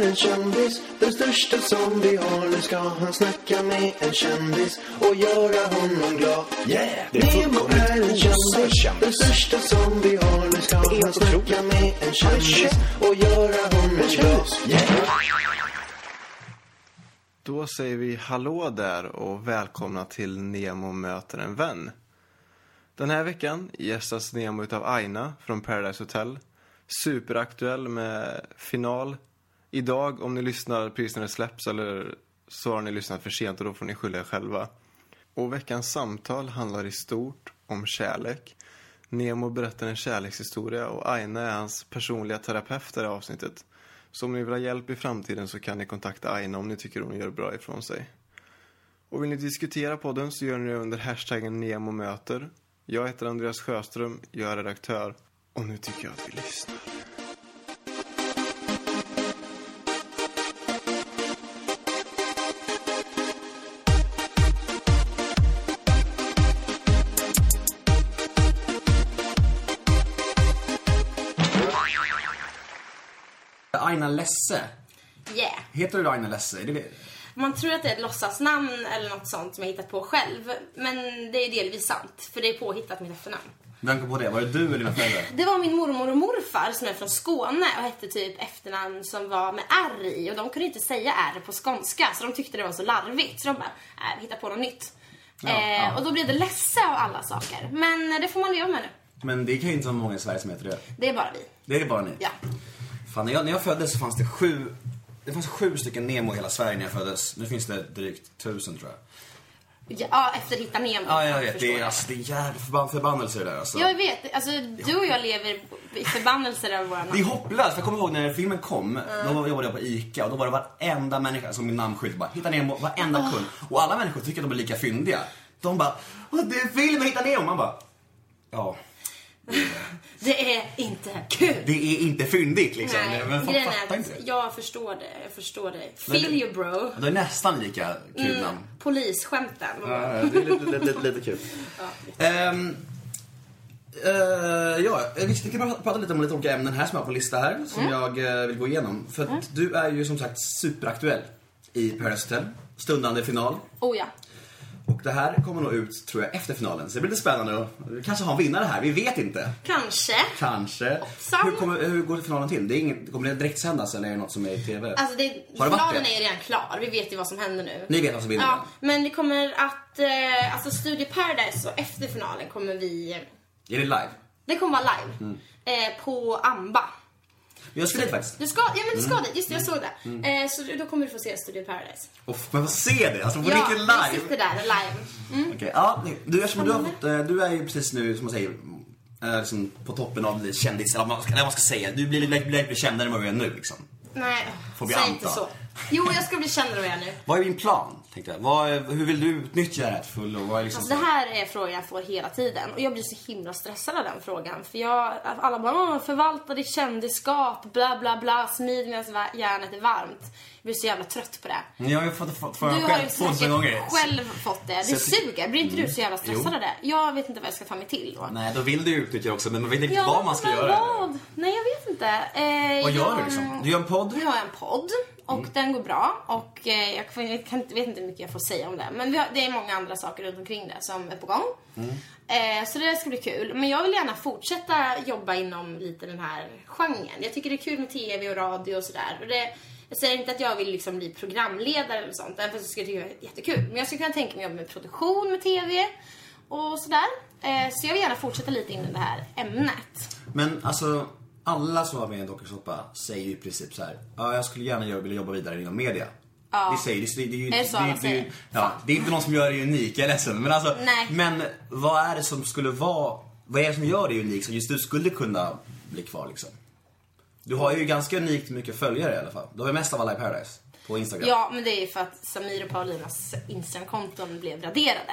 en kändis, den största som vi har. Nu ska han snacka med en kändis och göra honom glad. Yeah! Nemo är en kändis, den största som vi har. Nu ska han snacka med en kändis och göra honom glad. Yeah! Då säger vi hallå där och välkomna till Nemo möter en vän. Den här veckan gästas Nemo utav Aina från Paradise Hotel. Superaktuell med final. Idag, om ni lyssnar precis när det släpps, eller så har ni lyssnat för sent och då får ni skylla er själva. Och veckans samtal handlar i stort om kärlek. Nemo berättar en kärlekshistoria och Aina är hans personliga terapeut i avsnittet. Så om ni vill ha hjälp i framtiden så kan ni kontakta Aina om ni tycker hon gör bra ifrån sig. Och vill ni diskutera podden så gör ni det under hashtaggen NEMOMÖTER. Jag heter Andreas Sjöström, jag är redaktör. Och nu tycker jag att vi lyssnar. Aina Lesse. Yeah. Heter du Aina Lesse? Är det det? Man tror att det är ett låtsasnamn eller något sånt som jag hittat på själv. Men det är delvis sant, för det är påhittat mitt efternamn. Vem kom på det? Var det du eller dina föräldrar? Det var min mormor och morfar som är från Skåne och hette typ efternamn som var med R i. Och de kunde inte säga R på skånska, så de tyckte det var så larvigt. Så de bara, hitta på något nytt. Ja. Och då blev det Lesse av alla saker. Men det får man leva med nu. Men det kan ju inte vara många i Sverige som heter det. Det är bara vi. Det är bara ni? Ja. Fan, när jag föddes så fanns det 7 stycken Nemo i hela Sverige när jag föddes. Nu finns det drygt 1000 tror jag. Ja, efter Hitta Nemo. Ja, jag vet. Det är jävla förbannelser där alltså. Jag vet, alltså du och jag lever i förbannelser av våra namn. Det är hopplöst, för jag kommer ihåg när filmen kom. Då jobbade jag på Ica och då var det varenda människa som min namnskylt bara Hitta Nemo, varenda kund. Och alla människor tycker att de är lika fyndiga. De bara, det är filmen Hitta Nemo. Man bara, ja. Det är inte kul. Det är inte fyndigt liksom. Nej, men folk fattar inte. Jag förstår det. Feel you bro. Det är nästan lika kul namn. Polisskämten. Ja, det är lite kul. Vi ska prata lite om lite olika ämnen här som jag har på lista här. Som jag vill gå igenom. För att du är ju som sagt superaktuell i Paradise Hotel. Stundande final. Oh ja. Och det här kommer nog ut, tror jag, efter finalen. Så det blir lite spännande. Vi kanske har en vinnare här, vi vet inte. Kanske. Hur går finalen till? Kommer det direkt sändas eller är det något som är i tv? Alltså finalen är ju redan klar, vi vet ju vad som händer nu. Ni vet vad som vinner? Ja, men det kommer att, alltså Studio Paradise och efter finalen kommer vi... Är det live? Det kommer vara live. På Amba. Jag ska dit faktiskt. Du ska dit, just det, jag såg det. Så då kommer du få se Studio Paradise. Men vad se det? Alltså på riktigt live? Ja, vi sitter där live. Okej, ja, du är ju precis nu, som man säger, liksom på toppen av kändis, eller vad man ska säga. Du blir kändare än vad du är nu liksom. Nej, säg inte så. Jo, jag ska bli kändare än vad jag är nu. Vad är din plan, tänkte jag? Hur vill du utnyttja det här till full? Liksom det här är frågan jag får hela tiden. Och jag blir så himla stressad av den frågan. För alla bara, förvalta ditt kändisskap, bla bla bla, smid medan järnet är varmt. Jag blir så jävla trött på det. Jag har ju fått du har ju säkert själv fått det. Det suger. Blir inte du så jävla stressad av det? Jag vet inte vad jag ska ta mig till då. Nej, då vill du utnyttja också. Men man vet inte vad man ska göra. Vad? Nej, jag vet inte. Vad gör du liksom? Du gör en podd? Jag har en podd. Och den går bra. Och jag vet inte hur mycket jag får säga om det. Men det är många andra saker runt omkring det som är på gång. Så det ska bli kul. Men jag vill gärna fortsätta jobba inom lite den här genren. Jag tycker det är kul med tv och radio och sådär. Och jag säger inte att jag vill liksom bli programledare eller sånt. Även fast jag skulle tycka det är jättekul. Men jag skulle kunna tänka mig jobba med produktion med tv och sådär. Så jag vill gärna fortsätta lite inom det här ämnet. Men alltså, alla som har med en dokusåpa säger ju i princip så här: ja, jag skulle gärna vilja jobba vidare inom media. Ja. Det säger det är ju inte. Det är inte någon som gör det unikt, jag är ledsen. Men alltså, men vad är det som skulle vara, vad är det som gör det unikt som just du skulle kunna bli kvar liksom? Du har ju ganska unikt mycket följare i alla fall. Du har ju mest av alla i Paradise på Instagram. Ja, men det är ju för att Samir och Paulinas Instagram-konton blev raderade.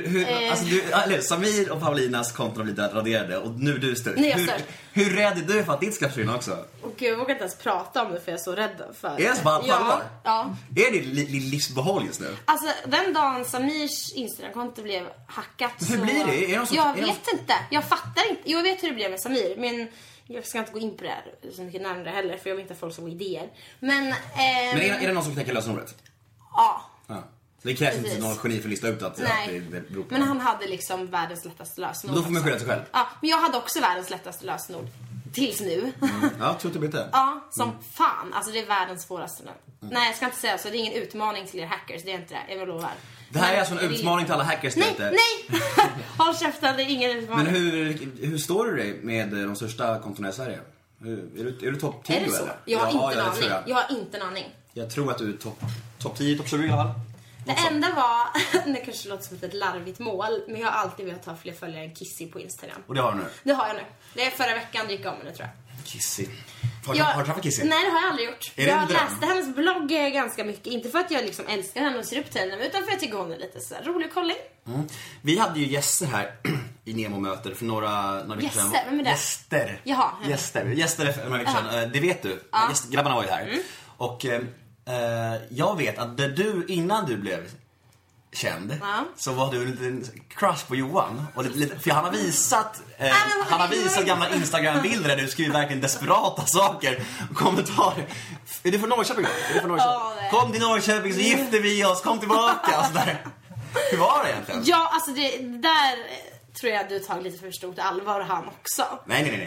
Alltså Samir och Paulinas konton blev raderade och nu är du störst. Hur rädd är du för att ditt ska försvinna också? Och jag vågar inte ens prata om det för jag är så rädd för. Är det så bara ja. Är det livsbehåll just nu? Alltså den dagen Samirs Instagram-konto blev hackat hur blir det? Jag vet inte. Jag fattar inte. Jag vet hur det blev med Samir. Men jag ska inte gå in på det här så mycket närmare heller, för jag vet inte att folk som har idéer. Men är det någon som knäcker lösenordet? Ja. Det krävs inte någon geni för att lista ut att det beror på. Men han hade liksom världens lättaste lösenord. Då får man skylla sig själv. Ja, men jag hade också världens lättaste lösenord. Tills nu. Ja, tror du det? Ja, som fan. Alltså det är världens svåraste nu. Nej, jag ska inte säga så. Det är ingen utmaning till er hackers. Det är inte det. Jag vill lova. Det här är alltså en utmaning till alla hackers. Nej! Håll käften, det är ingen utmaning. Men hur står du dig med de största kontona i Sverige? Är du topp 10 eller? Eller? Jag har inte en aning. Jag har inte en aning. Jag tror att du är topp 10, topp 20 i alla fall. Det enda var, det kanske låter som ett larvigt mål, men jag har alltid velat ha fler följare än Kissy på Instagram. Och det har du nu? Det har jag nu. Det är förra veckan gick om det, tror jag. Kissy. Har du träffat Kissy? Nej, det har jag aldrig gjort. Är det jag läste hennes blogg ganska mycket. Inte för att jag liksom älskar henne och ser upp till henne, utan för att jag tycker hon är lite så rolig och kollig. Vi hade ju gäster här i Nemo-möter för några veckor sedan. Gäster? Vem är det? Gäster. Jaha. Gäster för några veckor sedan. Det vet du. Ja. Grabbarna var ju här. Och jag vet att innan du blev känd, så var du en liten crush på Johan. Och för han har visat gamla Instagram-bilder där du skriver verkligen desperata saker och kommentarer. Är du från Norrköping? Kom till Norrköping så gifter vi oss, kom tillbaka och sådär. Hur var det egentligen? Ja, alltså det där tror jag du tar lite för stort allvar, och han också. Nej.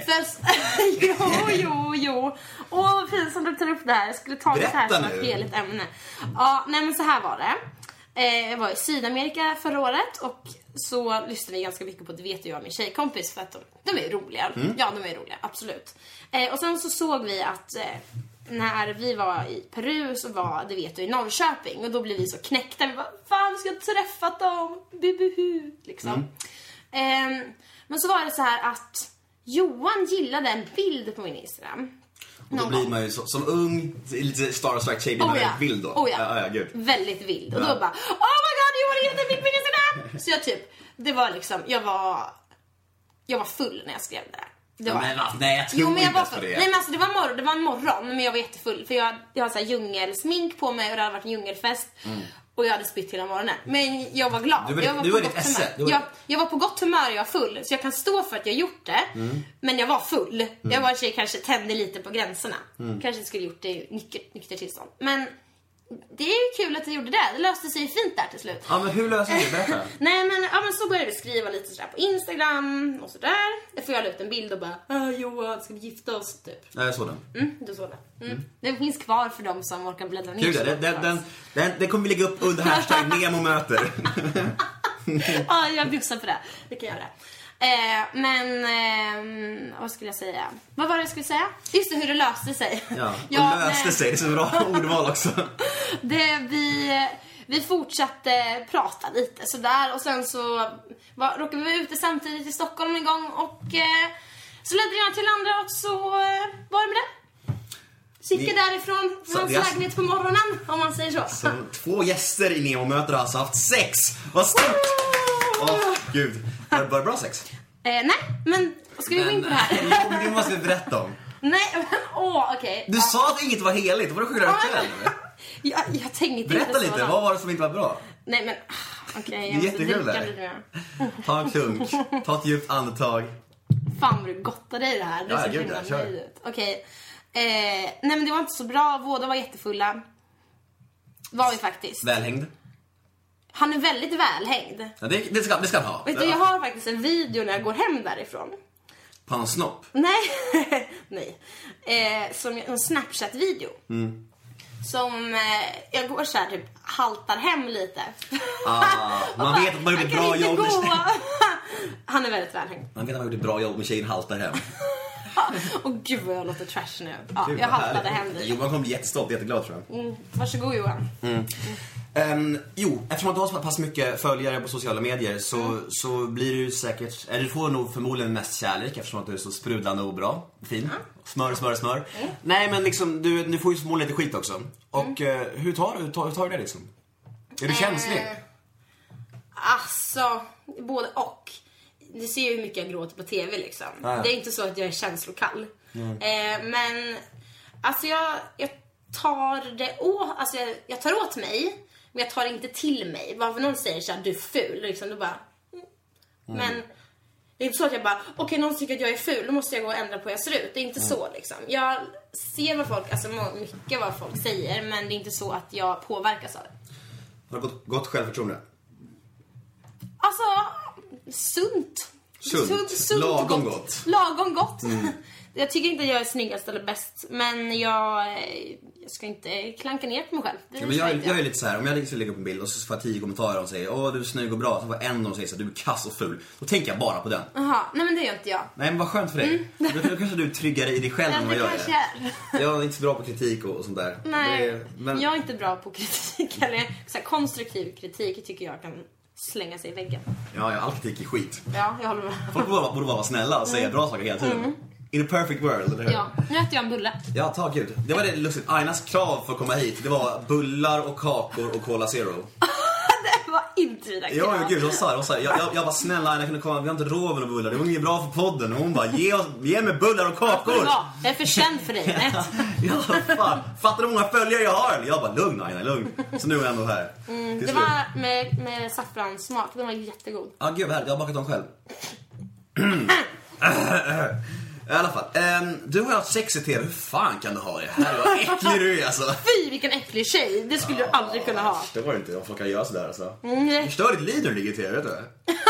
Jo. Åh, vad fint som du tar upp det här. Jag skulle ta det här som ett heligt ämne. Ja, nej men så här var det. Jag var i Sydamerika förra året, och så lyssnade vi ganska mycket på Det vet jag och min tjejkompis, för att de är roliga. Ja, de är roliga, absolut. Och sen så såg vi att när vi var i Peru så var Det vet du i Norrköping, och då blev vi så knäckta. Vi bara, fan, vi ska ha träffat dem. Bubuhu, liksom. Men så var det så här att Johan gillade en bild på min Instagram. Och då blir man ju som ung, lite starstruck tjej, blir man väldigt vild då. Ja, gud. Väldigt vild. Och då bara, oh my god, Johan gillade en bild på Instagram. Så jag typ, det var liksom, jag var full när jag skrev det där. Nej, jag tror inte på det. Nej, men alltså det var en morgon, men jag var jättefull. För jag har så här djungelsmink på mig, och det hade varit en djungelfest. Och jag hade spytt hela morgonen. Men jag var glad. Jag var på gott humör, jag var full. Så jag kan stå för att jag gjort det. Men jag var full. Jag var tjej, kanske tände lite på gränserna. Kanske skulle gjort det i nykter tillstånd. Men det är ju kul att jag gjorde det. Det löste sig fint där till slut. Ja, men hur löste det? Berätta. Nej, men så började vi skriva lite sådär på Instagram och sådär. Då får jag la ut en bild och bara, Johan, ska vi gifta oss, typ. Ja, jag såg den. Du såg den. Det finns kvar för dem som orkar bläddra ner. Den kommer vi lägga upp under hashtag Nemo-möter. Ja, jag bjussar på det. Det kan jag göra. Vad skulle jag säga? Vad var det jag skulle säga? Just det, hur det löste sig. Ja, löste sig. Det är så bra ordval också. Vi fortsatte prata lite sådär. Och sen så råkade vi vara ute samtidigt i Stockholm en gång. Och så ledde jag till andra, och så var det med det. Gick därifrån från hans lägenhet på morgonen, om man säger så. 2 gäster i Nemo-möter har alltså haft sex. Vad stort! Gud. Var det bra sex? Nej, men ska vi gå in på det här? Jo, men det måste vi berätta om. Nej, men okej. Du sa att inget var heligt, var det sjukt aktuellt? Jag tänkte berätta lite, vad var det som inte var bra? Nej, men okej, jag måste dricka lite. Ta en klunk, ta ett djupt andetag. Fan vad du gottar dig det här. Du är så himla nöjd ut. Okej. Nej, men det var inte så bra. Båda var jättefulla. Var vi faktiskt. Välhängd? Han är väldigt välhängd. Ja, det ska han ha. Vet du, jag har faktiskt en video när jag går hem därifrån. På hans snopp? Nej. Nej. Som en Snapchat-video. Som jag går så här, typ haltar hem lite. Man vet att man gjorde ett bra jobb. Han är väldigt välhängd. Man vet att man gjorde ett bra jobb med tjejen haltar hem. Och gud vad jag låter trash nu. Ja, jag haltade hem lite. Johan kommer bli jättestolt, jätteglad tror jag. Varsågod Johan. Eftersom du har så pass mycket följare på sociala medier så blir du säkert, du får nog förmodligen mest kärlek eftersom att du är så sprudlande och bra, fin, smör. Nej, men liksom du får ju förmodligen lite skit också. Och hur tar du det liksom? Är du känslig? Alltså, både och. Du ser ju hur mycket jag gråter på tv liksom. Det är inte så att jag är känslokall. Men alltså jag tar det alltså jag tar åt mig, men jag tar inte till mig. Varför någon säger så här, du är ful liksom, då bara men Det är inte så att jag bara, okej, någon tycker att jag är ful, då måste jag gå och ändra på hur jag ser ut. Det är inte så liksom. Jag ser vad folk, alltså mycket vad folk säger, men det är inte så att jag påverkas av det. Har du gott självförtroende? Alltså, sunt. Lagom gott. Lagom gott. Jag tycker inte att jag är snyggast eller bäst, men jag ska inte klanka ner på mig själv. Ja, men jag är lite så här, om jag lägger upp en bild och så får jag 10 kommentarer och säger åh, du är snygg och bra, så får en av dem säger så här, du är kass och ful. Då tänker jag bara på den. Jaha, nej men det gör inte jag. Nej, men vad skönt för dig. Då kanske du är tryggare i dig själv än vad jag är. Jag är inte så bra på kritik och sånt där. Nej, men jag är inte bra på kritik. Eller så här, konstruktiv kritik tycker jag kan slänga sig i väggen. Ja, all kritik är skit. Ja, jag håller med. Folk borde vara snälla och säga bra saker hela tiden. In a perfect world, eller hur? Ja, nu äter jag en bulle. Ja, tack gud. Det var det lustigt. Ainas krav för att komma hit, det var bullar och kakor och Cola Zero. Det var inte mina krav. Ja, gud, hon sa det. Jag var snälla, Aina kunde komma, vi har inte råd med bullar. Det var inget bra för podden. Och hon bara, ge mig bullar och kakor. Ja, jag är för känd för dig. Ja, fan. Fattar du hur många följare jag har? Jag bara, lugn Aina, lugn. Så nu är jag ändå här. Det var med saffranssmak, den var jättegod. Ja, gud vad härligt, jag har bakat dem själv. I alla fall, du har haft sex i tv. Hur fan kan du ha det? Här är vad äcklig du är, alltså. Fy, vilken äcklig tjej. Det skulle du aldrig kunna ha. Det var inte, jag får kan göra sådär, alltså. Du förstör ditt liv när du ligger i tv, vet du.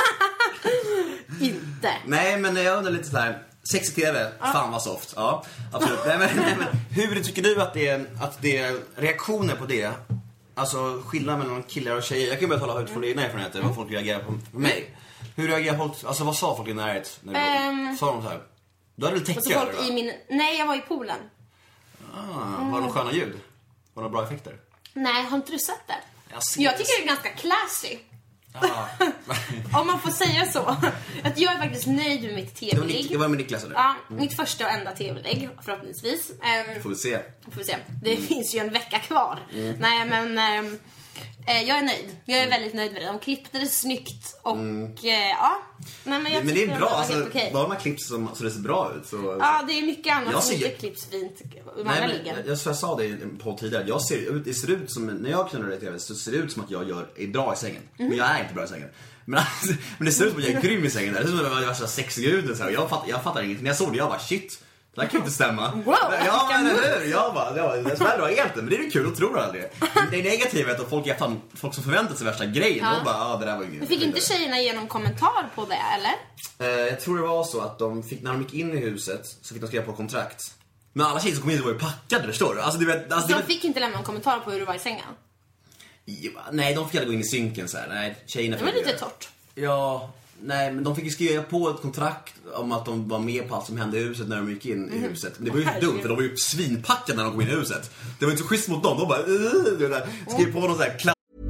Inte. Nej, men jag undrar lite såhär. Sex i tv, fan vad soft. Ja, absolut. Nej, men hur tycker du att det är reaktioner på det? Alltså skillnad mellan killar och tjejer. Jag kan börja tala utifrån egna erfarenheter. Vad folk reagerar på mig. Hur reagerar folk, alltså vad sa folk i närhet? Sa de så här? Du hade väl täcka, folk Nej, jag var i poolen. Var det någon sköna ljud? Var det bra effekter? Nej, har inte du sett det? Jag tycker det är ganska classy. Om man får säga så. Att jag är faktiskt nöjd med mitt tv-ligg. Det var med Niklas, eller? Ja, mitt första och enda tv-ligg, förhoppningsvis. Får vi se. Det finns ju en vecka kvar. Nej, men jag är nöjd. Jag är väldigt nöjd med det. De klippte det snyggt. Och ja. Men det är bra, alltså, bara man klipps så det ser bra ut så. Ja, det är mycket annat som inte klipps fint. Jag sa det i en podd tidigare. Det ser ut som, när jag knullar i tv så ser det ut som att jag är bra i sängen. Men jag är inte bra i sängen. Men det ser ut som att jag är grym i sängen. Det är som att jag är värsta sexguden. Jag fattar ingenting. När jag såg det, jag bara shit. Det här kan inte stämma. Wow, ja, men hur? Jag bara, det är svårt att egentligen. Men det är ju kul att tro det aldrig. Det är negativt att folk som förväntar sig värsta grejen. De bara, det där var inget. Du fick inte tjejerna ge någon kommentar på det, eller? Jag tror det var så att de fick, när de gick in i huset så fick de skriva på kontrakt. Men alla tjejer som kom in var ju packade, förstår du? Alltså, de fick inte lämna någon kommentar på hur du var i sängen? Ja, nej, de fick aldrig gå in i synken så här. Nej, tjejerna det var lite torrt. Ja, nej, men de fick ju skriva på ett kontrakt om att de var med på allt som hände i huset när de gick in i huset. Men det var ju dumt, för de var ju svinpackade när de kom in i huset. Det var inte så schysst mot dem. De bara skrev på någon så här.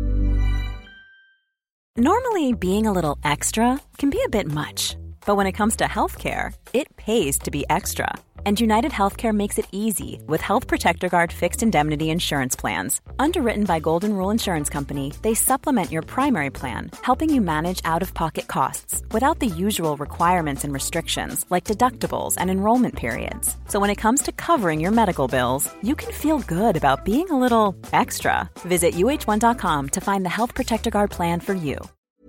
Normally, being a little extra can be a bit much. But when it comes to healthcare, it pays to be extra. And United Healthcare makes it easy with Health Protector Guard fixed indemnity insurance plans. Underwritten by Golden Rule Insurance Company, they supplement your primary plan, helping you manage out-of-pocket costs without the usual requirements and restrictions like deductibles and enrollment periods. So when it comes to covering your medical bills, you can feel good about being a little extra. Visit uh1.com to find the Health Protector Guard plan for you.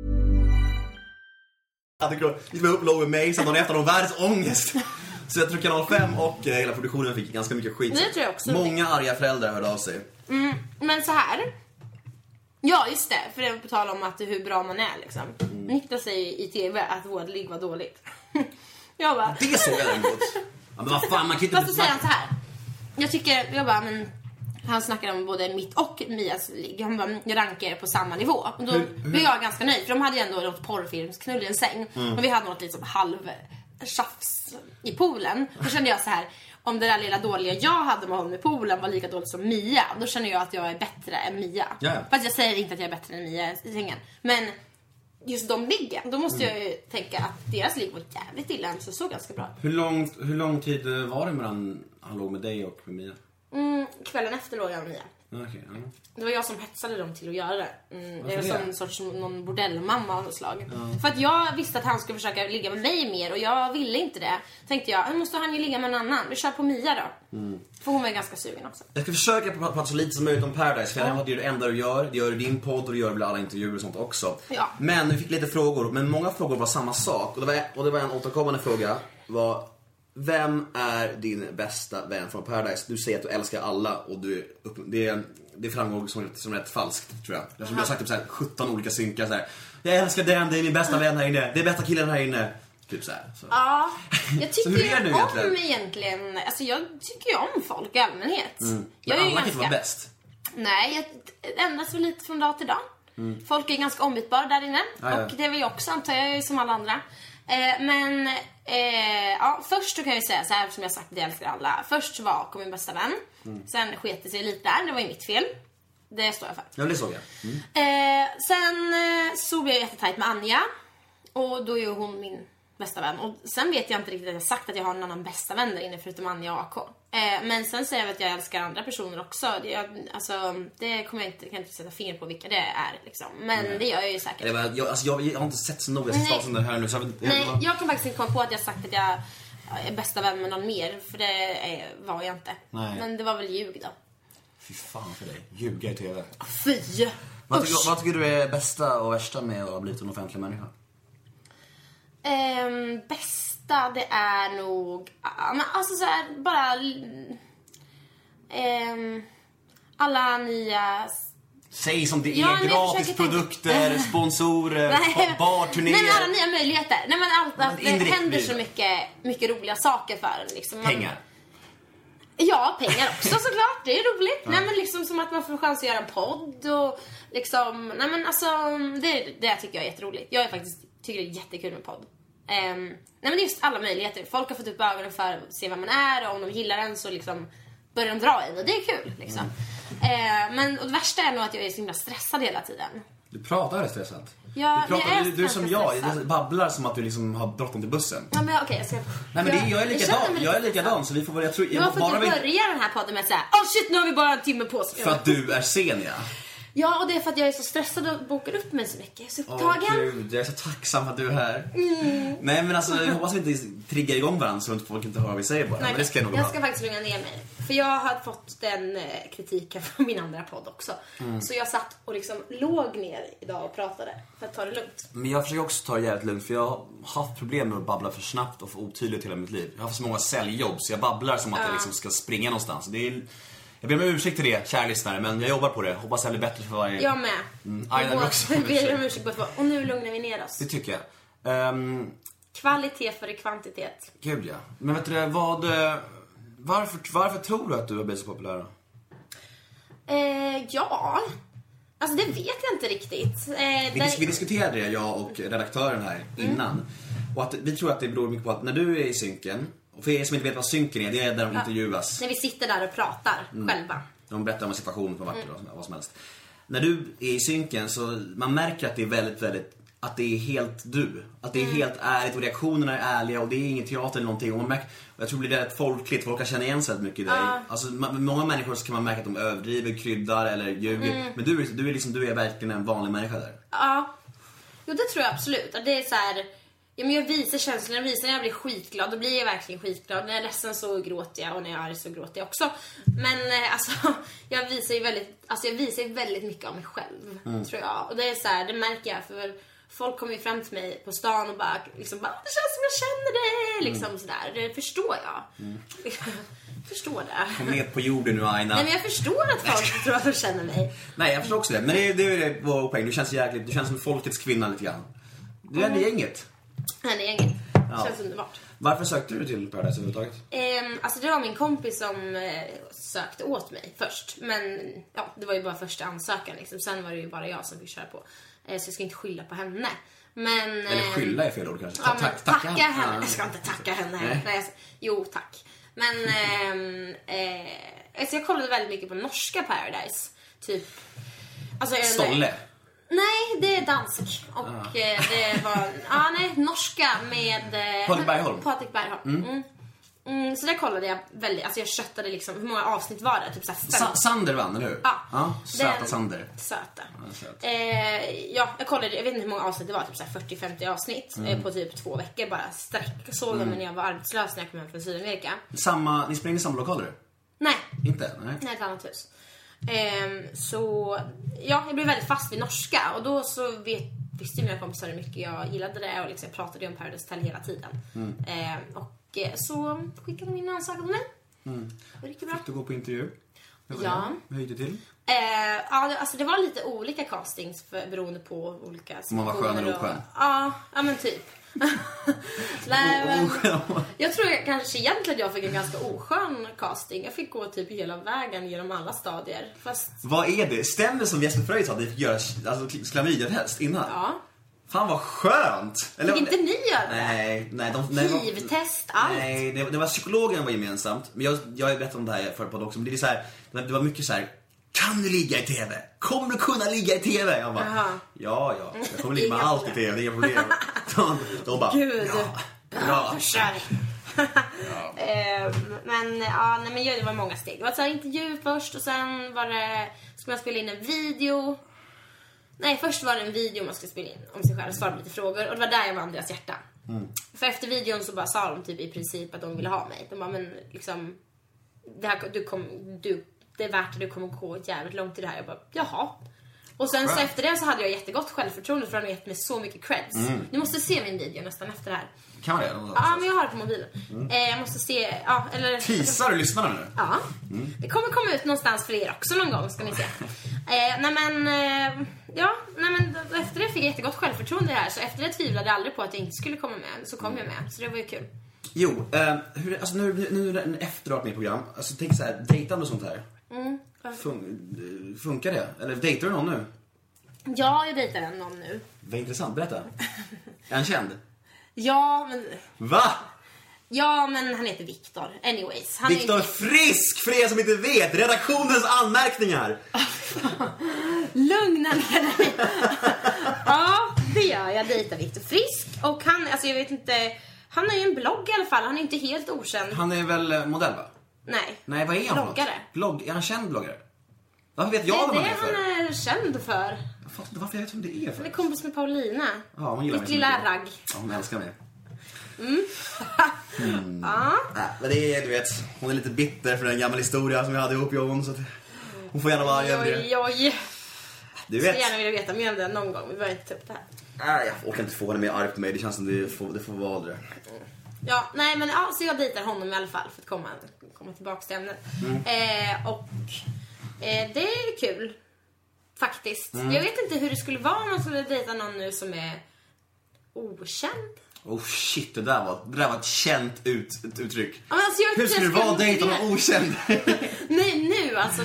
Vi var upp låg med mig, så de efter någon världens ångest. Så jag tror Kanal 5 och hela produktionen fick ganska mycket skit. Det tror jag också. Många arga föräldrar hörde av sig. Men så här. Ja, just det. För det är på tal om att hur bra man är liksom. Niklas säger i tv att vårt ligg var dåligt. Jag bara... Det såg jag ändå. Ja, men vad fan, man kan inte... Fast så säger han så här. Jag bara, men... Han snackade om både mitt och Mias ligg. Han bara, jag rankar på samma nivå. Och då blev jag ganska nöjd. För de hade ju ändå något porrfilmsknull i en säng. Och vi hade något liksom tjafs i poolen. Då kände jag så här, om det där lilla dåliga jag hade med honom i poolen var lika dåligt som Mia, då känner jag att jag är bättre än Mia. Fast jag säger inte att jag är bättre än Mia i sängen. Men just de liggen, då måste jag ju tänka att deras ligg var jävligt illa, så såg ganska bra. Hur lång tid var det mellan han låg med dig och med Mia? Kvällen efter låg jag med Mia. Okay, Det var jag som hetsade dem till att göra det. Jag var som en sorts någon bordellmamma av något slag. För att jag visste att han skulle försöka ligga med mig mer och jag ville inte det. Tänkte jag, nu måste han ju ligga med någon annan. Vi kör på Mia då. För hon var ganska sugen också. Jag ska försöka prata så lite som möjligt om Paradise. För det är det enda du gör. Det gör du din podd och du gör väl alla intervjuer och sånt också. Ja. Men vi fick lite frågor. Men många frågor var samma sak. Och det var en återkommande fråga. Vem är din bästa vän från Paradise? Du säger att du älskar alla och det framgår som rätt falskt, tror jag. Du har sagt typ så här 17 olika synkar så här. Jag älskar den, det är min bästa vän här inne. Det är bästa killen här inne. Typ så här. Så. Ja, jag tycker hur är du egentligen. Alltså jag tycker ju om folk i allmänhet. Men alla kan inte vara bäst. Nej, jag ändras väl lite från dag till dag. Folk är ganska ombytbara där inne. Ja. Och det är väl jag också, antar jag, som alla andra. Först då kan jag säga så här, som jag sagt, det älskar alla. Först var Ako min bästa vän. Sen sket det sig lite där, det var ju mitt fel. Det står jag för. Ja, det såg jag. Sen så blev jag jättetajt med Anja. Och då är ju hon min bästa vän. Och sen vet jag inte riktigt att jag sagt att jag har en annan bästa vän där inne förutom Anja och AK. Men sen säger jag att jag älskar andra personer också. Det kommer jag inte sätta finger på vilka det är liksom. Men det gör jag ju säkert. Jag har inte sett så noga som det här nu. Jag kan faktiskt inte komma på att jag sagt att jag är bästa vän med någon mer. För det var jag inte. Nej. Men det var väl ljug då. Fy fan för dig. Ljuga i tv. Fy! Vad tycker du är bästa och värsta med att ha blivit en offentlig människa? Bästa, det är nog alltså så här, bara alla nya. Säg som det är, gratis produkter, sponsorer, barturnéer. Nej, men alla nya möjligheter. Nej, men allt, det händer så mycket roliga saker för en liksom. Pengar. Ja, pengar också såklart. Det är roligt. Nej, men liksom som att man får chans att göra en podd och liksom, nej men alltså det tycker jag är jätteroligt. Jag tycker det är jättekul med podd. Nej men det är just alla möjligheter. Folk har fått upp ögonen för att se vem man är och om de gillar en så liksom börjar de dra in och det är kul liksom. Men det värsta är nog att jag är så himla stressad hela tiden. Du pratar väldigt stressat. Ja, du är som jag, du babblar som att du liksom har bråttom till bussen. Ja, men okej, jag ska. Nej, men jag är likadan så vi får väl, jag får bara börja den här podden med att säga, shit, nu har vi bara en timme på oss. För att du är sen, ja. Ja, och det är för att jag är så stressad och bokar upp mig så mycket. Jag är så upptagen. Gud, jag är så tacksam att du är här. Nej, men alltså, jag hoppas vi inte triggar igång varandra så att folk inte hör vad vi säger bara. Nej, men det ska jag ska faktiskt lugna ner mig. För jag har fått den kritiken från min andra podd också. Så jag satt och liksom låg ner idag och pratade för att ta det lugnt. Men jag försöker också ta det jävligt lugnt för jag har haft problem med att babbla för snabbt och för otydligt hela mitt liv. Jag har haft så många säljjobb så jag babblar som att jag liksom ska springa någonstans. Det är... Jag ber om ursäkt till det, kära lyssnare, men jag jobbar på det. Hoppas jag blir bättre för varje... Jag med. Vi ber om ursäkt på att och nu lugnar vi ner oss. Det tycker jag. Kvalitet före kvantitet. Gud, ja. Men vet du, varför tror du att du har blivit så populär? Ja... Alltså det vet jag inte riktigt. Vi diskuterade det, jag och redaktören här, innan. Och att vi tror att det beror mycket på att när du är i synken... Och för er som inte vet vad synken är, det är där de intervjuas. När vi sitter där och pratar själva. De berättar om en situation på vart vad som helst. När du är i synken så man märker att det är väldigt, väldigt, att det är helt du. Att det är helt ärligt och reaktionerna är ärliga och det är ingen teater eller någonting. Och jag tror det är rätt folkligt, folk kan känna igen sig mycket i dig. Alltså många människor så kan man märka att de överdriver, kryddar eller ljuger. Men du är verkligen en vanlig människa där. Ja, jo det tror jag absolut. Det är så här... Ja, men jag visar känslorna, när jag blir skitglad, då blir jag verkligen skitglad. När jag är ledsen så gråter jag och när jag är arg så gråter jag också. Men alltså, jag visar ju väldigt mycket av mig själv, tror jag. Och det är så här, det märker jag, för folk kommer ju fram till mig på stan och bara det känns som jag känner dig, liksom sådär. Det förstår jag. Förstår det. Kom ner på jorden nu, Aina. Nej, men jag förstår att folk tror att de känner mig. Nej, jag förstår också det. Men det är vår poäng. Du känns som folkets kvinna lite grann. Du är gänget. Nej, det är inget. Det känns underbart. Varför sökte du till Paradise överhuvudtaget? Alltså det var min kompis som sökte åt mig först. Men ja, det var ju bara första ansökan liksom. Sen var det ju bara jag som fick köra på. Så jag ska inte skylla på henne. Men, eller skylla är fel ord kanske. Tacka henne. Jag ska inte tacka henne. Jo, tack. Men alltså jag kollade väldigt mycket på norska Paradise. Typ alltså, Stolle. Nej, det är dansk. Och det var norska med Patrik Bergholm. Så där kollade jag väldigt, alltså jag köttade liksom, hur många avsnitt var det? Typ så här 5. Sander vann, eller hur? Ja. Söta Sander. Söta. Ja, jag kollade, jag vet inte hur många avsnitt det var, typ så här 40-50 avsnitt på typ 2 veckor bara sträck. Såg dem när jag var arbetslös när jag kom hem från Sydamerika. Ni springer i samma lokaler? Nej. Inte? Nej, ett annat hus. Så ja, jag blev väldigt fast vid norska. Och då så visste mina kompisar hur mycket jag gillade det. Och liksom, jag pratade om Paradise Hotel hela tiden. Och så skickade de in en ansökan till mig. Det gick bra. Fick du gå på intervju? Ja. Hur gick det till? Alltså det var lite olika castings beroende på olika situationer. Man var skön eller oskön? Ja, men typ. Nej, men jag tror kanske egentligen jag fick en ganska oskön casting. Jag fick gå typ hela vägen genom alla stadier. Fast... Vad är det? Stämmer som Jesper Fröjd sa att ni fick göra klamydia-test innan? Ja. Fan vad skönt! Eller fick inte ni göra Nej, HIV-test, allt. Nej, det var psykologen var gemensamt. Men jag har berättat om det här förut på också. Men det är så här, det var mycket så här: kan du ligga i TV? Kommer du kunna ligga i TV? Jag bara, ja, jag kommer ligga med allt i TV, det är inga problem. De bara, Gud, bra. Men det var många steg. Det var så här intervju först och sen var det, skulle man spela in en video. Nej, först var det en video man skulle spela in om sig själv och svara på lite frågor. Och det var där jag var deras hjärta. För efter videon så bara sa de typ i princip att de ville ha mig. De bara, men liksom, det är värt att du kommer gå jävligt långt i det här. Jag bara, jaha. Och sen så efter det så hade jag jättegott självförtroende för att de gett mig så mycket creds. Ni måste se min video nästan efter det här. Kan man det? Ja, men jag har det på mobilen. Jag måste se, eller... Teasar du lyssnarna nu? Ja. Det kommer komma ut någonstans för er också någon gång, ska ni se. Efter det fick jag jättegott självförtroende här. Så efter det tvivlade jag aldrig på att jag inte skulle komma med. Så kom jag med, så det var ju kul. Jo, nu är det en efteråt program. Alltså tänk så här, dejtande och sånt här. Funkar det? Eller dejtar du någon nu? Ja, jag dejtar någon nu. Vad intressant, berätta. Är han känd? Ja, men... Va? Ja, men han heter Viktor. Anyways. Viktor Frisk, för er som inte vet. Redaktionens anmärkningar. Lugna ner dig. Ja, det gör jag. Dejtar Viktor Frisk. Och han, alltså jag vet inte... Han har ju en blogg i alla fall. Han är inte helt okänd. Han är väl modell, va? Nej, vad är han? Bloggare. Är han känd bloggare? Varför vet jag vad han är för? Det är han är känd för. Jag fattar inte varför jag vet vem det är för. Han är kompis med Paulina. Ja, hon gillar mig. Mitt lilla ragg. Ja, hon älskar mig. Ja. Men det är, du vet, hon är lite bitter för den gamla historia som jag hade ihop Johan, så att hon får gärna vara arg över det. Oj. Du vet. Jag gärna vilja veta mer om det någon gång. Vi behöver inte ta upp det här. Jag orkar inte få henne mer arg på mig. Det känns som det får vara det. Ja, nej men ja, så jag dejtar honom i alla fall för att komma tillbaka till ämnet. Det är kul. Faktiskt. Jag vet inte hur det skulle vara om man skulle dejta någon nu som är okänd. Oh shit, det där var ett känt uttryck. Ja, alltså, hur skulle det vara att dejta någon okänd? Nej, nu alltså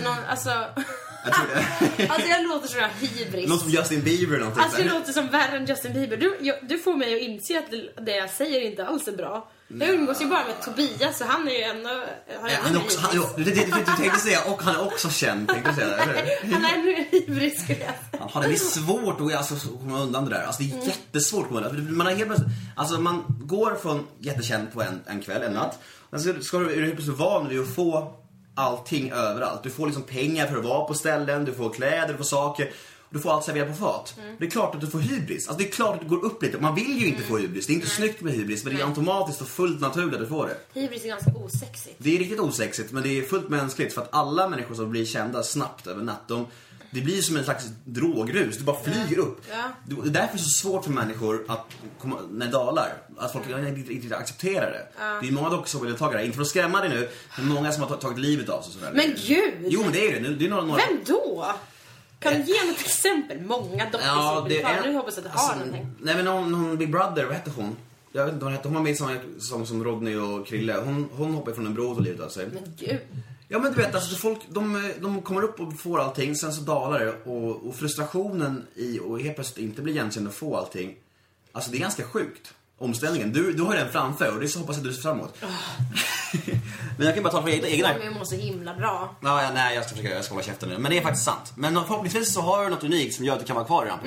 alltså jag låter så hybris. Något som Justin Bieber eller någonting. Alltså jag låter som värre än Justin Bieber. Du får mig att inse att det jag säger inte alls är bra. Jag umgås ju bara med Tobias, så han är ju ändå... Du tänkte säga, och han är också känd, tänkte du säga. Han är ännu hybris, skulle jag säga. Han är svårt att komma undan det där. Alltså det är jättesvårt att komma undan. Man har helt plötsligt, alltså man går från jättekänd på en kväll, en natt. Sen ska du helt plötsligt van vid att få allting överallt. Du får liksom pengar för att vara på ställen, du får kläder, du får saker. Du får allt serverat på fat. Det är klart att du får hybris. Alltså det är klart att det går upp lite. Man vill ju inte få hybris. Det är inte snyggt med hybris, men det är automatiskt och fullt naturligt att du får det. Hybris är ganska osexigt. Det är riktigt osexigt, men det är fullt mänskligt. För att alla människor som blir kända snabbt över natt, det blir som en slags drogrus. Du bara flyger upp. Ja. Det är därför så svårt för människor att komma när det dalar. Att folk inte accepterar det. Ja. Det är många docksordeltagare, inte för att skrämma dig nu, men många som har tagit livet av sig. Men gud! Jo, men det är det. Det är några... Vem då? Kan du ge något exempel? Många dockor nu hoppas att du har någonting. Nej, men någon Big Brother, vad hette hon? Jag vet inte vad hon hette. Hon var med i samma sång som Rodney och Krille. Hon hoppade från en bro och livet av sig. Men gud. Ja, men du vet, alltså folk, de kommer upp och får allting, sen så dalar det. Och frustrationen i och helt plötsligt inte bli igenkänd och få allting. Alltså det är ganska sjukt. Omställningen. Du har den framför och det är så hoppas att du ser framåt. Men jag kan bara ta för egen här. Jag mår så himla bra. Nej, jag ska hålla käften nu. Men det är faktiskt sant. Men förhoppningsvis så har du något unikt som gör att du kan vara kvar i den på sätt.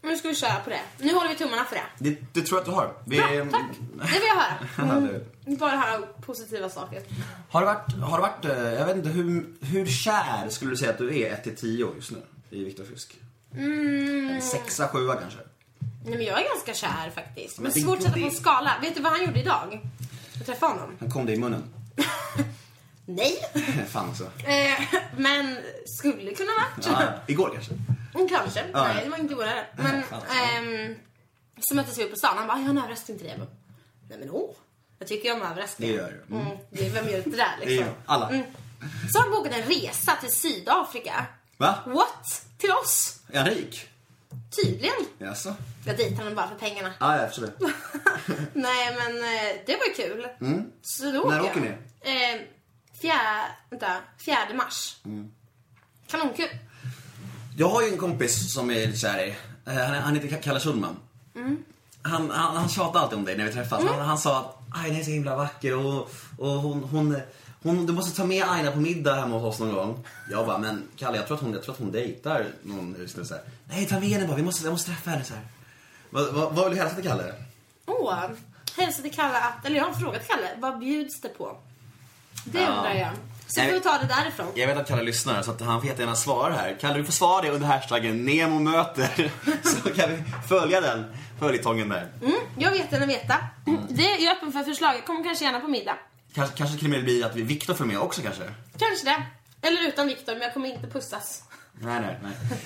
Nu ska vi köra på det. Nu håller vi tummarna för det. Det tror jag att du har. Bra, tack. Det vill jag höra. Bara höra positiva saker. Har det varit jag vet inte, hur kär skulle du säga att du är 1-10 just nu i Viktor Frisk? 6-7 kanske? Nej, men jag är ganska kär faktiskt. Men svårt att sätta på en skala. Vet du vad han gjorde idag? Jag träffade honom. Han kom dig i munnen. Nej. Fan också. Men skulle kunna varit. Ja, igår kanske. Kanske. Ja. Nej, det var inte igår heller. Men så möttes vi på stan. Han bara, jag har en överraskning till dig. Jag bara, nej men jag tycker om överraskningar. Det gör du. Vem gör inte det där liksom? Det gör alla. Så han bokat en resa till Sydafrika. Va? What? Till oss? Är han rik? Tydligen. Jaså? Jag dejtar honom bara för pengarna. Ja, jag förstår det. Nej, men det var ju kul. Så då när åker ni? 4 mars. Kanonkul. Jag har ju en kompis som är lite kär i. Han heter Kalle Schulman. Han tjatar alltid om dig när vi träffas. Han sa att Aina är så himla vacker och hon du måste ta med Aina på middag hemma hos oss någon gång. Jag bara, men Kalle, jag tror att hon dejtar någon just så här. Nej, ta med henne bara. Jag måste träffa henne så här. Vad vill du hälsa till Kalle? Hälsa till Kalle att, eller jag har en fråga till Kalle. Vad bjuds det på? Det undrar jag. Så får vi ta det därifrån. Jag vet att Kalle lyssnar så att han får jättegärna svara här. Kalle, du får svara det under hashtaggen NEMOMÖTER. Så kan vi följa den följetongen där. Jag vet den och veta. Det är öppen för förslag. Jag kommer kanske gärna på middag. Kanske kan det bli att Viktor får med också kanske. Kanske det. Eller utan Viktor, men jag kommer inte pussas. Nej.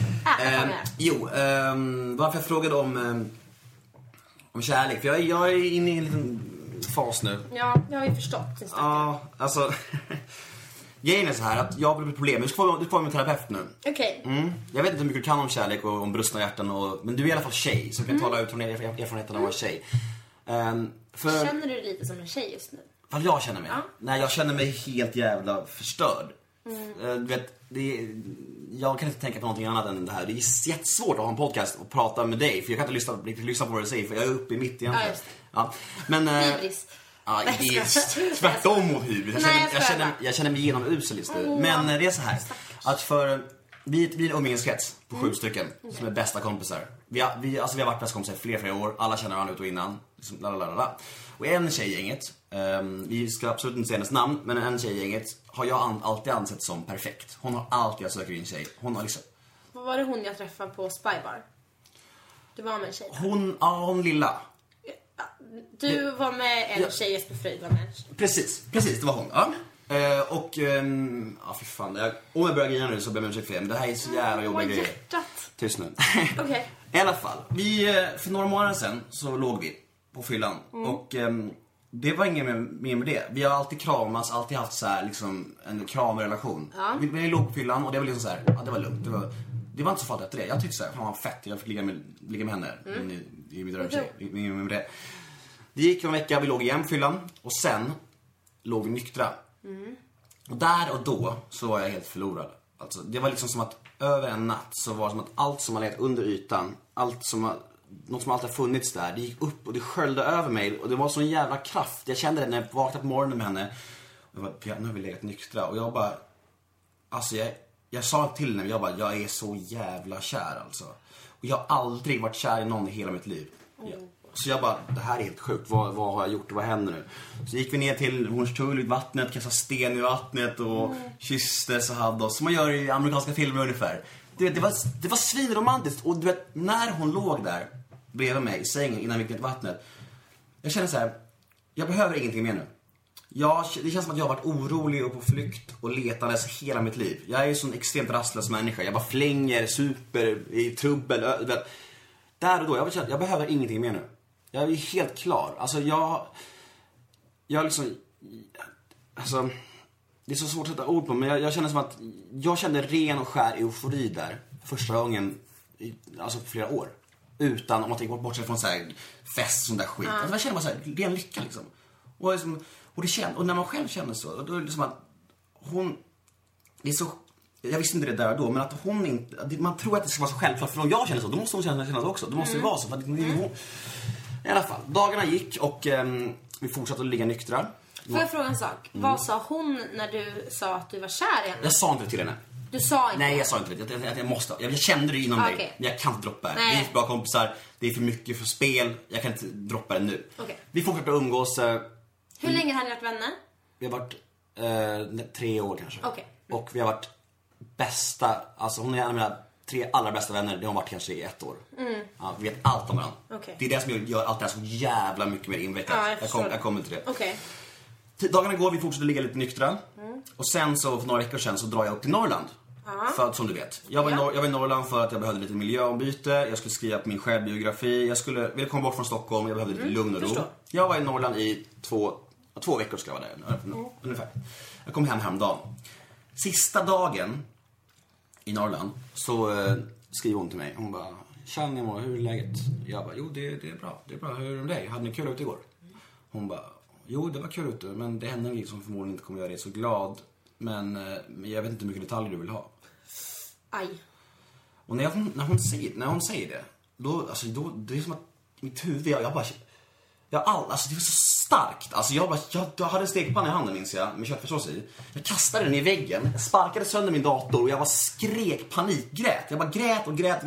Varför jag frågade om kärlek. För jag är inne i en liten fas nu. Ja, jag har ju förstått. Ja, alltså grejen är så här att jag har blivit problem. Du ska få med terapeut nu. Okej. Jag vet inte hur mycket du kan om kärlek och om brustna hjärtan men du är i alla fall tjej. Så jag kan tala ut från erfarenheten av att vara tjej. Känner du dig lite som en tjej just nu? Vad jag känner mig? Ja. Nej, jag känner mig helt jävla förstörd. Du vet, jag kan inte tänka på någonting annat än det här. Det är jättesvårt att ha en podcast och prata med dig. För jag kan inte lyssna på vad du säger. För jag är uppe i mitt egentligen. Ja, men hybris. Ja, det är tvärtom mot hybris. Jag känner mig genom usel just nu. Men det är så här. Att vi är en umgängeskrets på 7 stycken som är bästa kompisar. Vi har varit bästa kompisar i flera år. Alla känner varandra ut och innan. Och en tjej i gänget, vi ska absolut inte säga hennes namn, men en tjej i gänget har jag alltid ansett som perfekt. Hon har alltid jag söker in tjej. Hon har liksom... Vad var det hon jag träffade på Spybar? Du var med en tjej där. Hon lilla. Du var med en tjej, Jesper Fröjd var med. Precis, det var hon. Ja. Fy fan. Om jag börjar grina nu så blir jag ursäkt för det. Men det här är så jävla jobbiga grejer. Tyst nu. Okay. I alla fall, för några månader sedan så låg vi på fyllan. Och det var inget mer med det. Vi har alltid kramats, alltid haft så här, liksom, en kramrelation. Vi låg på fyllan och det var liksom så här, ja, det var lugnt. Det var inte så farligt efter det. Jag tyckte så här, fan vad fett, jag fick ligga med henne. I mitt rörelse. Med det. Det gick en vecka, vi låg igen på fyllan. Och sen låg vi nyktra. Och där och då så var jag helt förlorad. Alltså, det var liksom som att över en natt så var det som att allt som har legat under ytan, något som alltid har funnits där, det gick upp och det sköljde över mig. Och det var sån jävla kraft. Jag kände det när jag vaknade på morgonen med henne. Och nu har vi legat nyktra. Och jag bara, alltså jag sa till henne, jag är så jävla kär alltså. Och jag har aldrig varit kär i någon i hela mitt liv. Så jag bara, det här är helt sjukt. Vad har jag gjort och vad händer nu? Så gick vi ner till Hornstull i vattnet, kastade sten i vattnet och kysstes och hade oss. Som man gör i amerikanska filmer ungefär. Det var svinromantiskt. Och du vet, när hon låg där bredvid mig i sängen innan vi gick ner till vattnet. Jag kände så här, jag behöver ingenting mer nu. Det känns som att jag har varit orolig och på flykt och letandes hela mitt liv. Jag är ju sån extremt rastlös människa. Jag bara flänger, super, i trubbel. Där och då, jag behöver ingenting mer nu. Jag är helt klar. Alltså jag liksom... Alltså, det är så svårt att sätta ord på. Men jag känner som att jag kände ren och skär eufori där. Första gången, alltså på flera år. Utan, om man tänker bort sig från så här fest, sån där skit. Alltså, jag känner bara så här, ren lycka liksom. Och när man själv känner så, då är det liksom att hon... Det är så... Jag visste inte det där då, men att hon inte... Man tror att det ska vara så självklart. För om jag känner så, då måste hon känna så också. Då måste det vara så. För att i alla fall, dagarna gick och vi fortsatte att ligga nyktra. Får jag fråga en sak? Vad sa hon när du sa att du var kär i henne? Jag sa inte till henne. Du sa inte. Nej, jag sa inte det. Jag måste. Jag kände det inom mig. Men jag kan inte droppa det. Vi är för bra kompisar. Det är för mycket för spel. Jag kan inte droppa det nu. Vi fortsätter att umgås. Hur länge har ni varit vänner? Vi har varit 3 år kanske. Och vi har varit bästa. Alltså hon är en av mina 3 allra bästa vänner. Det har varit kanske i 1 år. Ja, vi vet allt om varandra. Det är det som gör allt det här så jävla mycket mer invecklat. Jag kommer till det. Dagarna går, vi fortsätter ligga lite nyktra. Och sen så för några veckor sedan så drar jag upp till Norrland. För att, som du vet, jag var i Norrland för att jag behövde lite miljöombyte. Jag skulle skriva på min självbiografi. Jag ville komma bort från Stockholm. Jag behövde lite lugn och ro. Jag var i Norrland i 2 veckor ska jag vara där ungefär. Jag kom hem häromdagen. Sista dagen i Norrland så skriver hon till mig. Hon bara, tja Nemo, hur är läget? Jag bara, jo det är bra. Det är bra, hur är det med dig? Hade ni kul ute igår? Hon bara, jo det var kul ute. Men det hände en grej som förmodligen inte kommer göra dig så glad. Men jag vet inte hur mycket detaljer du vill ha. Aj. Och när hon säger det, då det är som att mitt huvud, jag bara, alltså det var så starkt. Alltså jag hade en stekpanna i handen minns jag, med köttfärssås i. Jag kastade den i väggen, jag sparkade sönder min dator och jag bara skrek panikgrät. Jag bara grät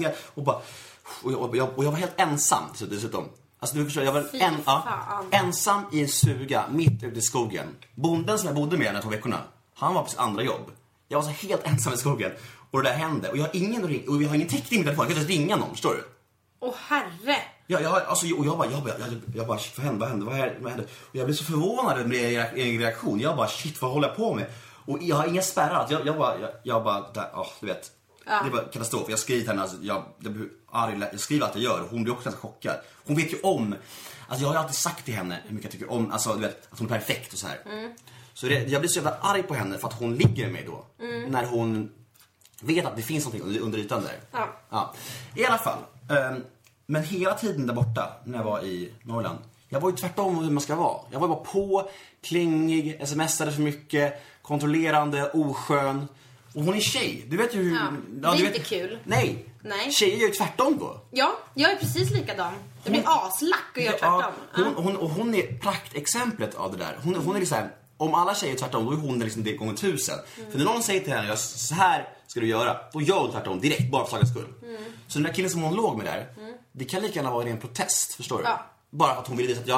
och jag var helt ensam dessutom. Alltså du förstår, jag var ensam i en stuga mitt ute i skogen. Bonden som jag bodde med de 2 veckorna, han var på sitt andra jobb. Jag var så helt ensam i skogen. Och det där hände. Och jag har ingen ring. Och jag har ingen täckning med telefon. Jag kan inte ringa någon, förstår du? Åh herre. Jag bara shit, vad hände? Och jag blev så förvånad över min reaktion. Jag bara shit, vad håller jag på med? Och jag har inga spärrar. Jag bara du vet. Det var katastrof. Jag skriver henne alltså, jag skriver att jag gör. Hon blir också ganska chockad. Hon vet ju om. Alltså jag har alltid sagt till henne hur mycket jag tycker om, alltså du vet, att hon är perfekt och så här. Så jag blir så jävla arg på henne för att hon ligger med då. När hon vet att det finns någonting under ytan där. Ja. I alla fall. Men hela tiden där borta när jag var i Norrland, jag var ju tvärtom hur man ska vara. Jag var bara på, klingig, smsade för mycket, kontrollerande, oskön. Och hon är tjej. Du vet ju hur... det är inte kul. Nej. Tjejer gör ju tvärtom då. Ja, jag är precis likadan. Jag blir aslack och gör tvärtom. Hon är praktexemplet av det där. Hon är liksom här, om alla tjejer tvärtom, då är hon liksom det gånger 1000. För när någon säger till henne, så här ska du göra, då gör hon tvärtom direkt, bara för sakens skull. Så den där killen som hon låg med där, det kan lika gärna vara en protest, förstår du? Bara för att hon vill visa att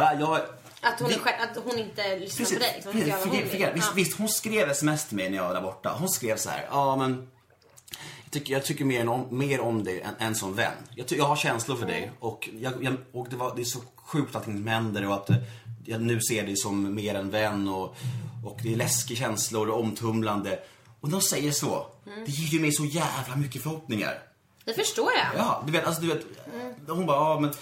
att hon inte lyssnar på dig. Visst, hon skrev sms till mig när jag var där borta. Hon skrev så här, men jag tycker mer om dig än som vän. Jag har känslor för dig. Och det är så sjukt allting som händer. Och att jag nu ser dig som mer en vän. Och det är läskiga känslor och omtumlande. Och när de säger så, det ger ju mig så jävla mycket förhoppningar. Det förstår jag. Ja, du vet. Hon bara, men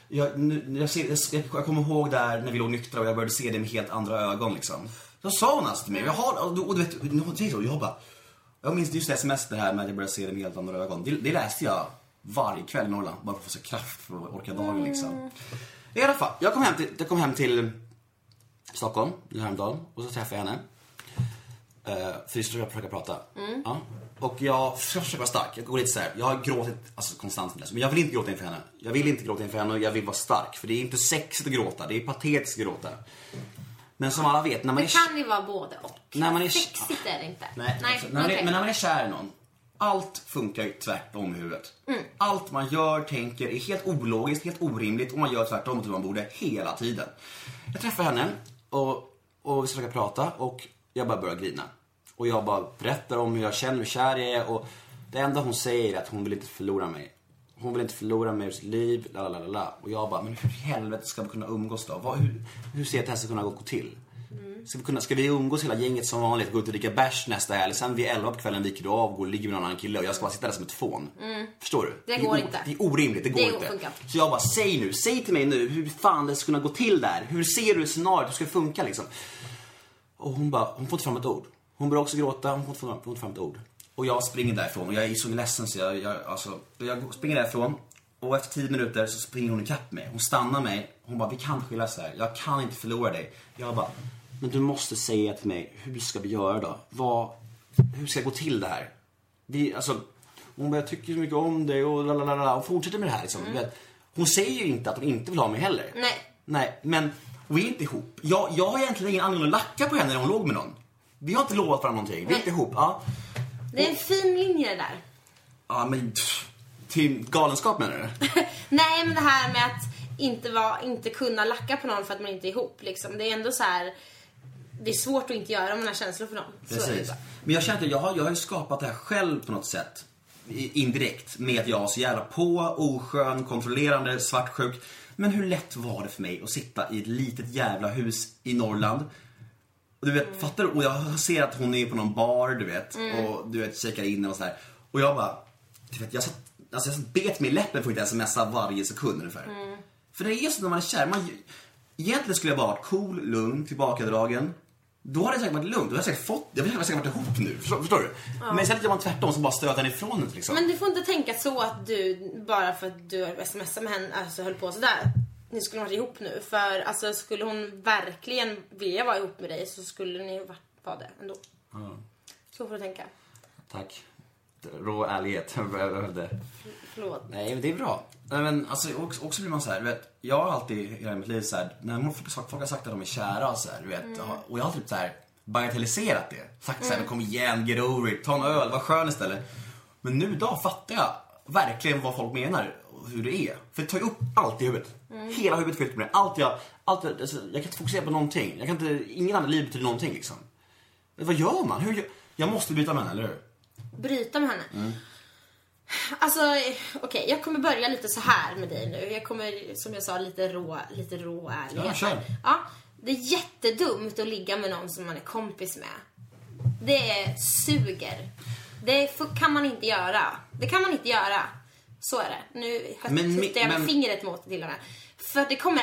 jag kommer ihåg där när vi låg nyktra och jag började se det med helt andra ögon liksom. Så sa hon alltså till mig, och du vet, jag minns just sms det här med att jag började se det med helt andra ögon. Det läste jag varje kväll i Norrland, bara för att få så kraft för att orka dagen liksom. I alla fall, jag kom hem till Stockholm häromdagen och så träffade jag henne. För jag ska försöka prata. Ja. Och jag försöker vara stark. Jag går lite så här. Jag har gråtit alltså konstant, men jag vill inte gråta inför henne. Jag vill inte gråta inför henne och jag vill vara stark, för det är inte sexigt att gråta, det är patetiskt att gråta. Men som alla vet, när man kan ju vara både och. När man är sexigt är det inte. Nej. Men när man är kär i någon, allt funkar ju tvärtom i huvudet. Allt man gör, tänker är helt ologiskt, helt orimligt, och man gör tvärtom mot hur man borde hela tiden. Jag träffar henne och vi ska försöka prata och jag bara börjar grina. Och jag bara berättar om hur jag känner, hur kär jag är. Och det enda hon säger är att hon vill inte förlora mig. Hon vill inte förlora mig ur sitt liv. Lalalala. Och jag bara, men hur i helvete ska vi kunna umgås då? Hur ser jag att det här ska kunna gå till? Ska vi umgås hela gänget som vanligt? Gå ut och dricka bärs nästa helg. Sen vid 11 på kvällen viker du av och ligger med någon annan kille. Och jag ska bara sitta där som ett fån. Förstår du? Det går inte. Det är orimligt, det går inte. Ofunkat. Så jag bara, säg till mig nu hur fan det ska kunna gå till där. Hur ser du scenariot? Hur ska det funka liksom? Och hon får inte fram ett ord. Hon börjar också gråta, hon får inte fram ett ord. Och jag springer därifrån och jag är så ledsen så jag springer därifrån. Och efter 10 minuter så springer hon ikapp mig. Hon stannar mig, hon bara, vi kan skiljas här. Jag kan inte förlora dig. Jag bara, men du måste säga till mig, hur ska vi göra då? Hur ska jag gå till det här? Hon bara, jag tycker så mycket om dig och lalalala. Och fortsätter med det här liksom. Hon säger ju inte att hon inte vill ha mig heller. Nej, men vi är inte ihop. Jag har egentligen ingen anledning att lacka på henne när hon låg med någon. Vi har inte lovat varandra någonting. Vi är inte ihop. Ja. Det är en fin linje det där. Ja, men till galenskap menar du? Nej, men det här med att inte kunna lacka på någon för att man inte är ihop liksom. Det är ändå så här. Det är svårt att inte göra om man har känslor för någon. Precis. Men jag känner att jag har ju skapat det här själv på något sätt. Indirekt. Med att jag var så jävla på, oskön, kontrollerande, svartsjuk. Men hur lätt var det för mig att sitta i ett litet jävla hus i Norrland? Och du vet, fattar du? Och jag ser att hon är på någon bar, du vet. Och du vet, checkar in och så här. Och jag bara, du vet, jag bet mig i läppen för att inte smsa varje sekund ungefär. För det är så när man är kär. Egentligen skulle jag bara varit cool, lugn, tillbakadragen. Då hade jag säkert varit lugnt. Då hade jag säkert varit ihop nu. Förstår du? Ja. Men istället gör man tvärtom så bara stöter den ifrån det liksom. Men du får inte tänka så att du, bara för att du smsar med henne, alltså höll på sådär. Ni skulle varit ihop nu. För alltså, skulle hon verkligen vilja vara ihop med dig så skulle ni vara det ändå. Ja. Så får du tänka. Tack. Rå ärlighet. Förlåt. Nej, men det är bra. Men alltså, också blir man så här, du vet, jag har alltid i hela mitt liv så här, när folk har sagt att de är kära så här, du vet, och jag har typ så här bagatelliserat det. Sagt så här, kom igen, get over it, ta en öl, var skön istället. Men nu idag fattar jag verkligen vad folk menar och hur det är. För det tar ju upp allt i huvudet. Hela huvudet fyllt med det. Alltså, jag kan inte fokusera på någonting. Ingen annan liv betyder någonting liksom. Vad gör man? Jag måste byta med henne, eller hur? Bryta med henne? Alltså, okej, jag kommer börja lite så här med dig nu. Jag kommer, som jag sa, lite rå ärlighet. Ja, kör. Ja, det är jättedumt att ligga med någon som man är kompis med. Det suger. Det kan man inte göra. Det kan man inte göra. Så är det. Nu hittar jag med fingret mot till henne. För det kommer...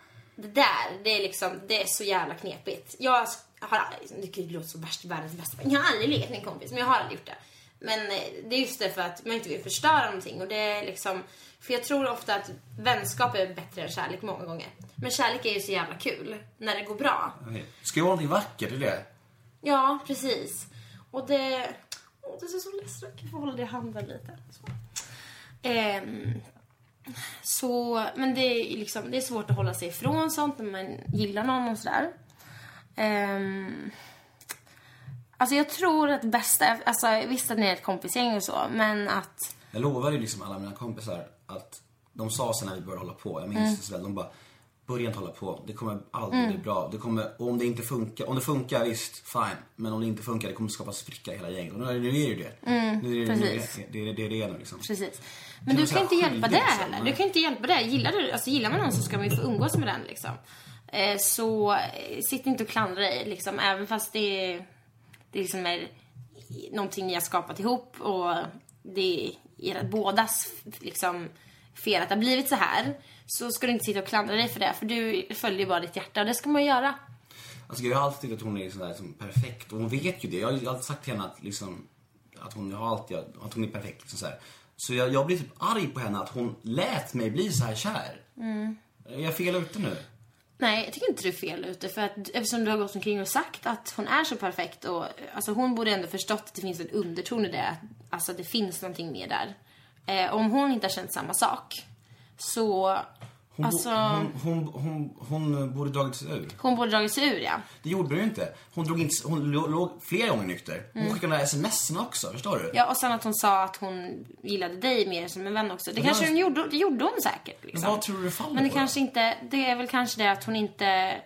det är liksom... Det är så jävla knepigt. Jag har aldrig... Det låter så världens bästa. Jag har aldrig legat med en kompis, men jag har aldrig gjort det. Men det är just det för att man inte vill förstöra någonting. Och det är liksom... För jag tror ofta att vänskap är bättre än kärlek många gånger. Men kärlek är ju så jävla kul. När det går bra. Ska jag vara någonting vackert, är det? Ja, precis. Och det... det är så ledsen. Jag får hålla det i handen lite. Men det är liksom... Det är svårt att hålla sig ifrån sånt när man gillar någon och sådär. Alltså jag tror att bästa... Alltså visst att ni är ett kompisgäng och så, men att... Jag lovar ju liksom alla mina kompisar att de sa sen när vi började hålla på, jag minns det så väl, de bara, börja inte hålla på, det kommer aldrig bli bra. Det kommer, om det inte funkar, om det funkar visst, fine. Men om det inte funkar, det kommer skapa spricka i hela gänget. Och nu är det ju det. Det är det liksom. Precis. Men du kan inte hjälpa det heller. Du kan inte hjälpa det. Gillar man någon så ska man ju få umgås med den liksom. Så sitt inte och klandra dig liksom, även fast det liksom är någonting ni har skapat ihop och det är bådas liksom fel att det har blivit så här, så ska du inte sitta och klandra dig för det, för du följer bara ditt hjärta och det ska man göra. Alltså jag har alltid tyckt att hon är sådär som perfekt och hon vet ju det. Jag har alltid sagt till henne att liksom, att hon är perfekt liksom så här. Så jag blir typ arg på henne att hon lät mig bli så här kär. Är jag fel ute nu? Nej, jag tycker inte du är fel ute. För att eftersom du har gått omkring och sagt att hon är så perfekt. Och, alltså hon borde ändå förstått att det finns en underton i det. Alltså det finns någonting mer där. Om hon inte har känt samma sak. Så... Hon borde dragit sig ur. Hon borde dragit sig ur, ja. Det gjorde hon ju inte. Hon låg flera gånger nykter. Hon skickade sms'en också, förstår du? Ja, och sen att hon sa att hon gillade dig mer som en vän också. Det kanske hon gjorde, det gjorde hon säkert liksom. Men vad tror du faller? Men det kanske inte, det är väl kanske det att hon inte...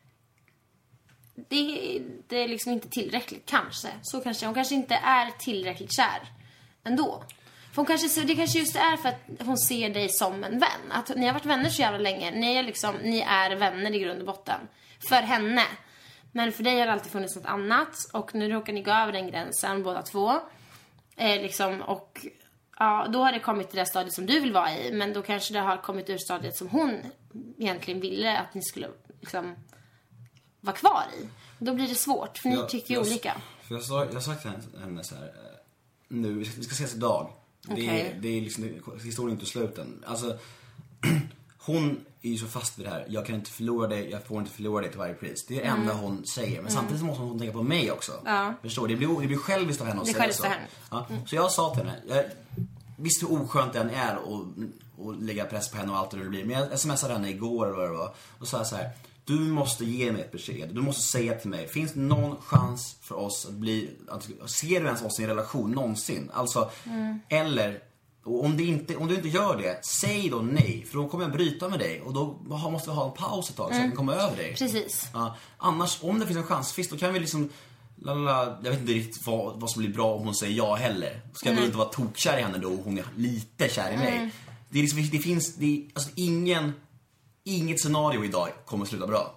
Det är liksom inte tillräckligt, kanske. Så kanske, hon kanske inte är tillräckligt kär ändå. För det kanske just är för att hon ser dig som en vän. Att ni har varit vänner så jävla länge. Ni är vänner i grund och botten. För henne. Men för dig har det alltid funnits något annat. Och nu råkar ni gå över den gränsen båda två. Och ja, då har det kommit till det stadiet som du vill vara i. Men då kanske det har kommit ur stadiet som hon egentligen ville att ni skulle liksom vara kvar i. Då blir det svårt, för ni tycker ju olika. För jag har sagt till henne så här, nu, vi ska ses idag. Okay. Det är liksom historien inte sluten. Alltså hon är ju så fast vid det här. Jag kan inte förlora dig, jag får inte förlora dig till varje pris. Det är det enda hon säger. Men samtidigt måste hon tänka på mig också. Ja. Förstår du? Det blir själviskt av henne att säga så. Ja. Så jag sa till henne, visst hur oskönt den är och lägga press på henne och allt det blir. Men jag smsade henne igår eller vad det var. Och sa så här, Du måste ge mig ett besked. Du måste säga till mig, finns det någon chans för oss ser du ens oss i en relation någonsin? Alltså, eller, och om du inte gör det, säg då nej. För då kommer jag bryta med dig. Och då måste vi ha en paus ett tag så jag kan komma över dig. Precis. Annars, om det finns en chans, då kan vi liksom... jag vet inte riktigt vad som blir bra om hon säger ja heller. Ska jag inte vara tokkär i henne då och hon är lite kär i mig. Det är liksom, inget scenario idag kommer att sluta bra.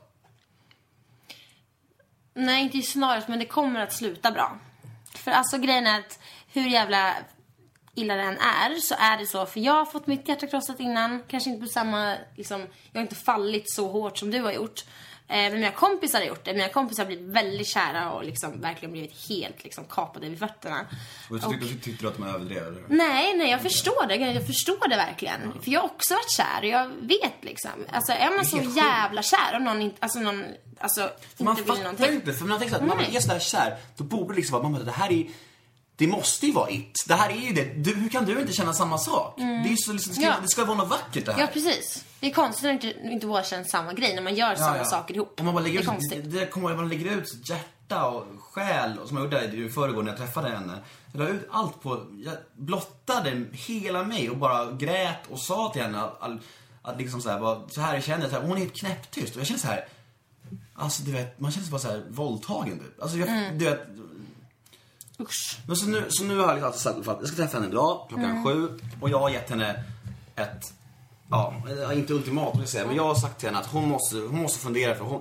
Nej, inte i scenariot, men det kommer att sluta bra. För alltså grejen är att hur jävla illa den är, så är det så. För jag har fått mitt hjärta krossat innan. Kanske inte på samma, liksom, jag har inte fallit så hårt som du har gjort. Men mina kompisar har gjort det. Mina kompisar har blivit väldigt kära och liksom verkligen blivit helt liksom kapade vid fötterna. Och tyckte du att de överdrev? Eller? Nej, jag förstår det. Jag förstår det verkligen. För jag har också varit kär. Jag vet liksom. Alltså är man så jävla kär och någon inte inte vill någonting. Inte, för man tänker så att man är så där kär, då borde det liksom vara, det här är... Det måste ju vara it. Det här är ju det. Hur kan du inte känna samma sak? Det är så liksom, det ska vara något vackert det här. Ja, precis. Det är konstigt att inte båda känner samma grej när man gör samma saker ihop. Om man bara lägger ut sitt hjärta och själ, och som jag gjorde i förrgår när jag träffade henne. Jag la ut allt jag blottade hela mig och bara grät och sa till henne att liksom så här känner jag. Hon är helt knäpptyst och jag känner så här. Alltså du vet, man känner sig bara så här våldtagen typ. Alltså du vet. Usch. Men så nu har jag alltså sagt att jag ska träffa henne idag klockan 7 och jag har gett henne inte ultimat vill jag säga, men jag har sagt till henne att hon måste fundera för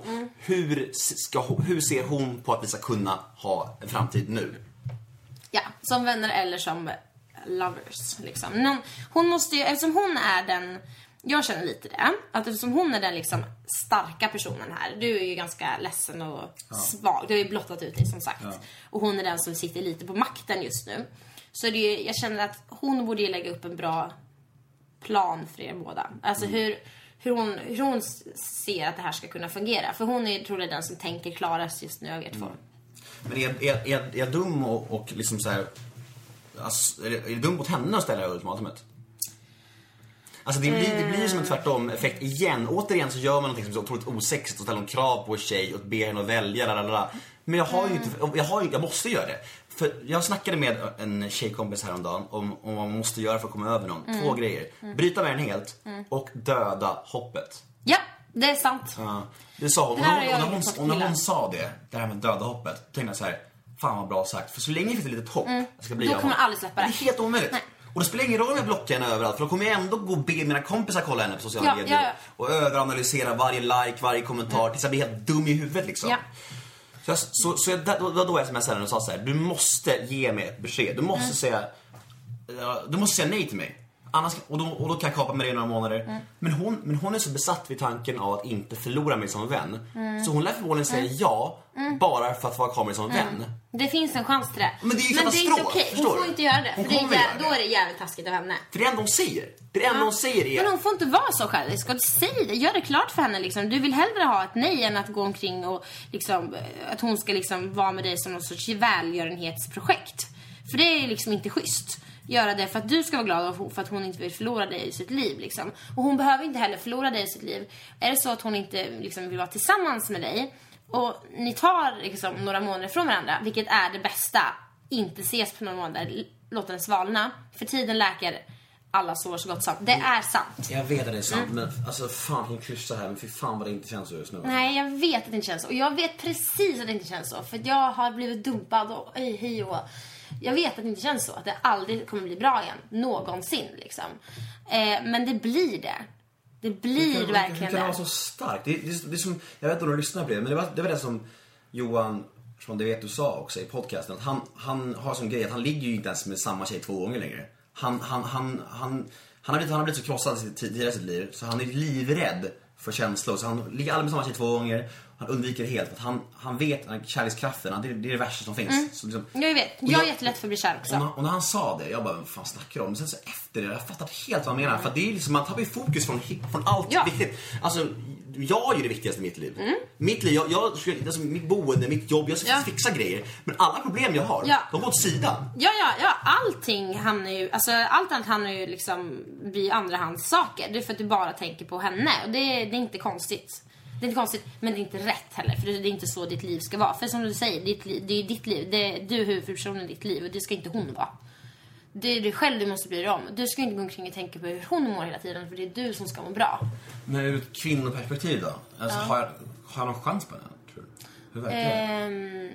hur ser hon på att vi ska kunna ha en framtid nu? Ja, som vänner eller som lovers liksom. Hon måste ju, eftersom hon är den, jag känner lite det, att eftersom hon är den liksom starka personen här. Du är ju ganska ledsen och svag. Du har ju blottat ut dig som sagt. Och hon är den som sitter lite på makten just nu. Så det är, jag känner att hon borde lägga upp en bra plan för er båda. Alltså hur hon ser att det här ska kunna fungera. För hon är, tror jag, den som tänker klarast just nu av er två. Men är jag dum och liksom så här, alltså, är det dumt mot henne att ställa ultimatumet? Alltså det blir som en tvärtom effekt igen. Återigen så gör man någonting som är så otroligt osexigt och ställer en krav på en tjej och ber henne att välja. Men jag måste göra det. För jag snackade med en tjejkompis häromdagen om vad man måste göra för att komma över någon. 2 grejer. Bryta med den helt och döda hoppet. Ja, det är sant. Det sa hon. Och när hon sa det här med döda hoppet, tänkte jag så här, fan vad bra sagt. För så länge det finns ett litet hopp, ska bli då kommer man aldrig släppa det. Det är helt omöjligt. Nej. Och det spelar ingen roll om jag blockar henne överallt. För då kommer jag ändå gå och be mina kompisar kolla henne på sociala medier. Och överanalysera varje like, varje kommentar tills jag blir helt dum i huvudet liksom. Ja. Då jag smsade henne och sa så här: du måste ge mig ett besked. Du måste säga nej till mig. Annars, och då kan jag kapa med det i några månader. Men hon är så besatt vid tanken av att inte förlora mig som vän. Så hon lär förmodligen säga ja bara för att vara kvar med som vän. Det finns en chans till det. Men det är ju katastrof. Men det är inte okej. Hon får inte göra det. För då är det jävligt taskigt av henne. För det är ändå hon säger. Men hon får inte vara så själv. Ska du säga det? Gör det klart för henne liksom. Du vill hellre ha ett nej än att gå omkring och liksom, att hon ska liksom vara med dig som någon sorts välgörenhetsprojekt. För det är liksom inte schysst. Göra det för att du ska vara glad och för att hon inte vill förlora dig i sitt liv liksom. Och hon behöver inte heller förlora dig i sitt liv. Är det så att hon inte liksom vill vara tillsammans med dig och ni tar liksom några månader från varandra, vilket är det bästa, inte ses på några månader, låt den svalna, för tiden läker alla sår så gott som. Det är sant. Jag vet att det är sant, men alltså fan hon kryssar här, men för fan vad det inte känns så just nu. Nej, jag vet att det inte känns så. Och jag vet precis att det inte känns så, för jag har blivit dumpad och hej och jag vet att det inte känns så, att det aldrig kommer bli bra igen någonsin liksom. Men det blir det. Det blir verkligen det. Det kan vara så starkt. Det är som, jag vet inte om du lyssnar på det, men det var det som Johan, som det vet du sa också i podcasten, att han har som grej att han ligger ju inte ens med samma tjej 2 gånger längre. Han har blivit så krossad tidigare i sitt liv, så han är livrädd för känslor, så han ligger aldrig med samma tjej 2 gånger. Han undviker det helt, för att han vet att kärlekskraften, det är det värsta som finns. Så liksom, jag vet, jag är jättelätt för att bli kär också. Och när han sa det, jag bara, vad fan snackar du om? Men sen så efter det, jag fattat helt vad han menar. För att det är liksom, man tappar ju fokus från allt viktigt. Alltså, jag är ju det viktigaste i mitt liv. Mitt liv, alltså, mitt boende, mitt jobb, jag ska fixa grejer. Men alla problem jag har, de går åt sidan. Ja, allting hamnar ju, alltså allt annat hamnar ju liksom blir andrahands saker. Det är för att du bara tänker på henne. Och det är inte konstigt. Det är inte konstigt, men det är inte rätt heller. För det är inte så ditt liv ska vara. För som du säger, det är ditt liv. Du är huvudpersonen i ditt liv och det ska inte hon vara. Det är du själv du måste bry dig om. Du ska inte gå omkring och tänka på hur hon mår hela tiden. För det är du som ska må bra. Men ur ett kvinnoperspektiv då? Alltså, har jag någon chans på den? Tror du? Hur verkar det?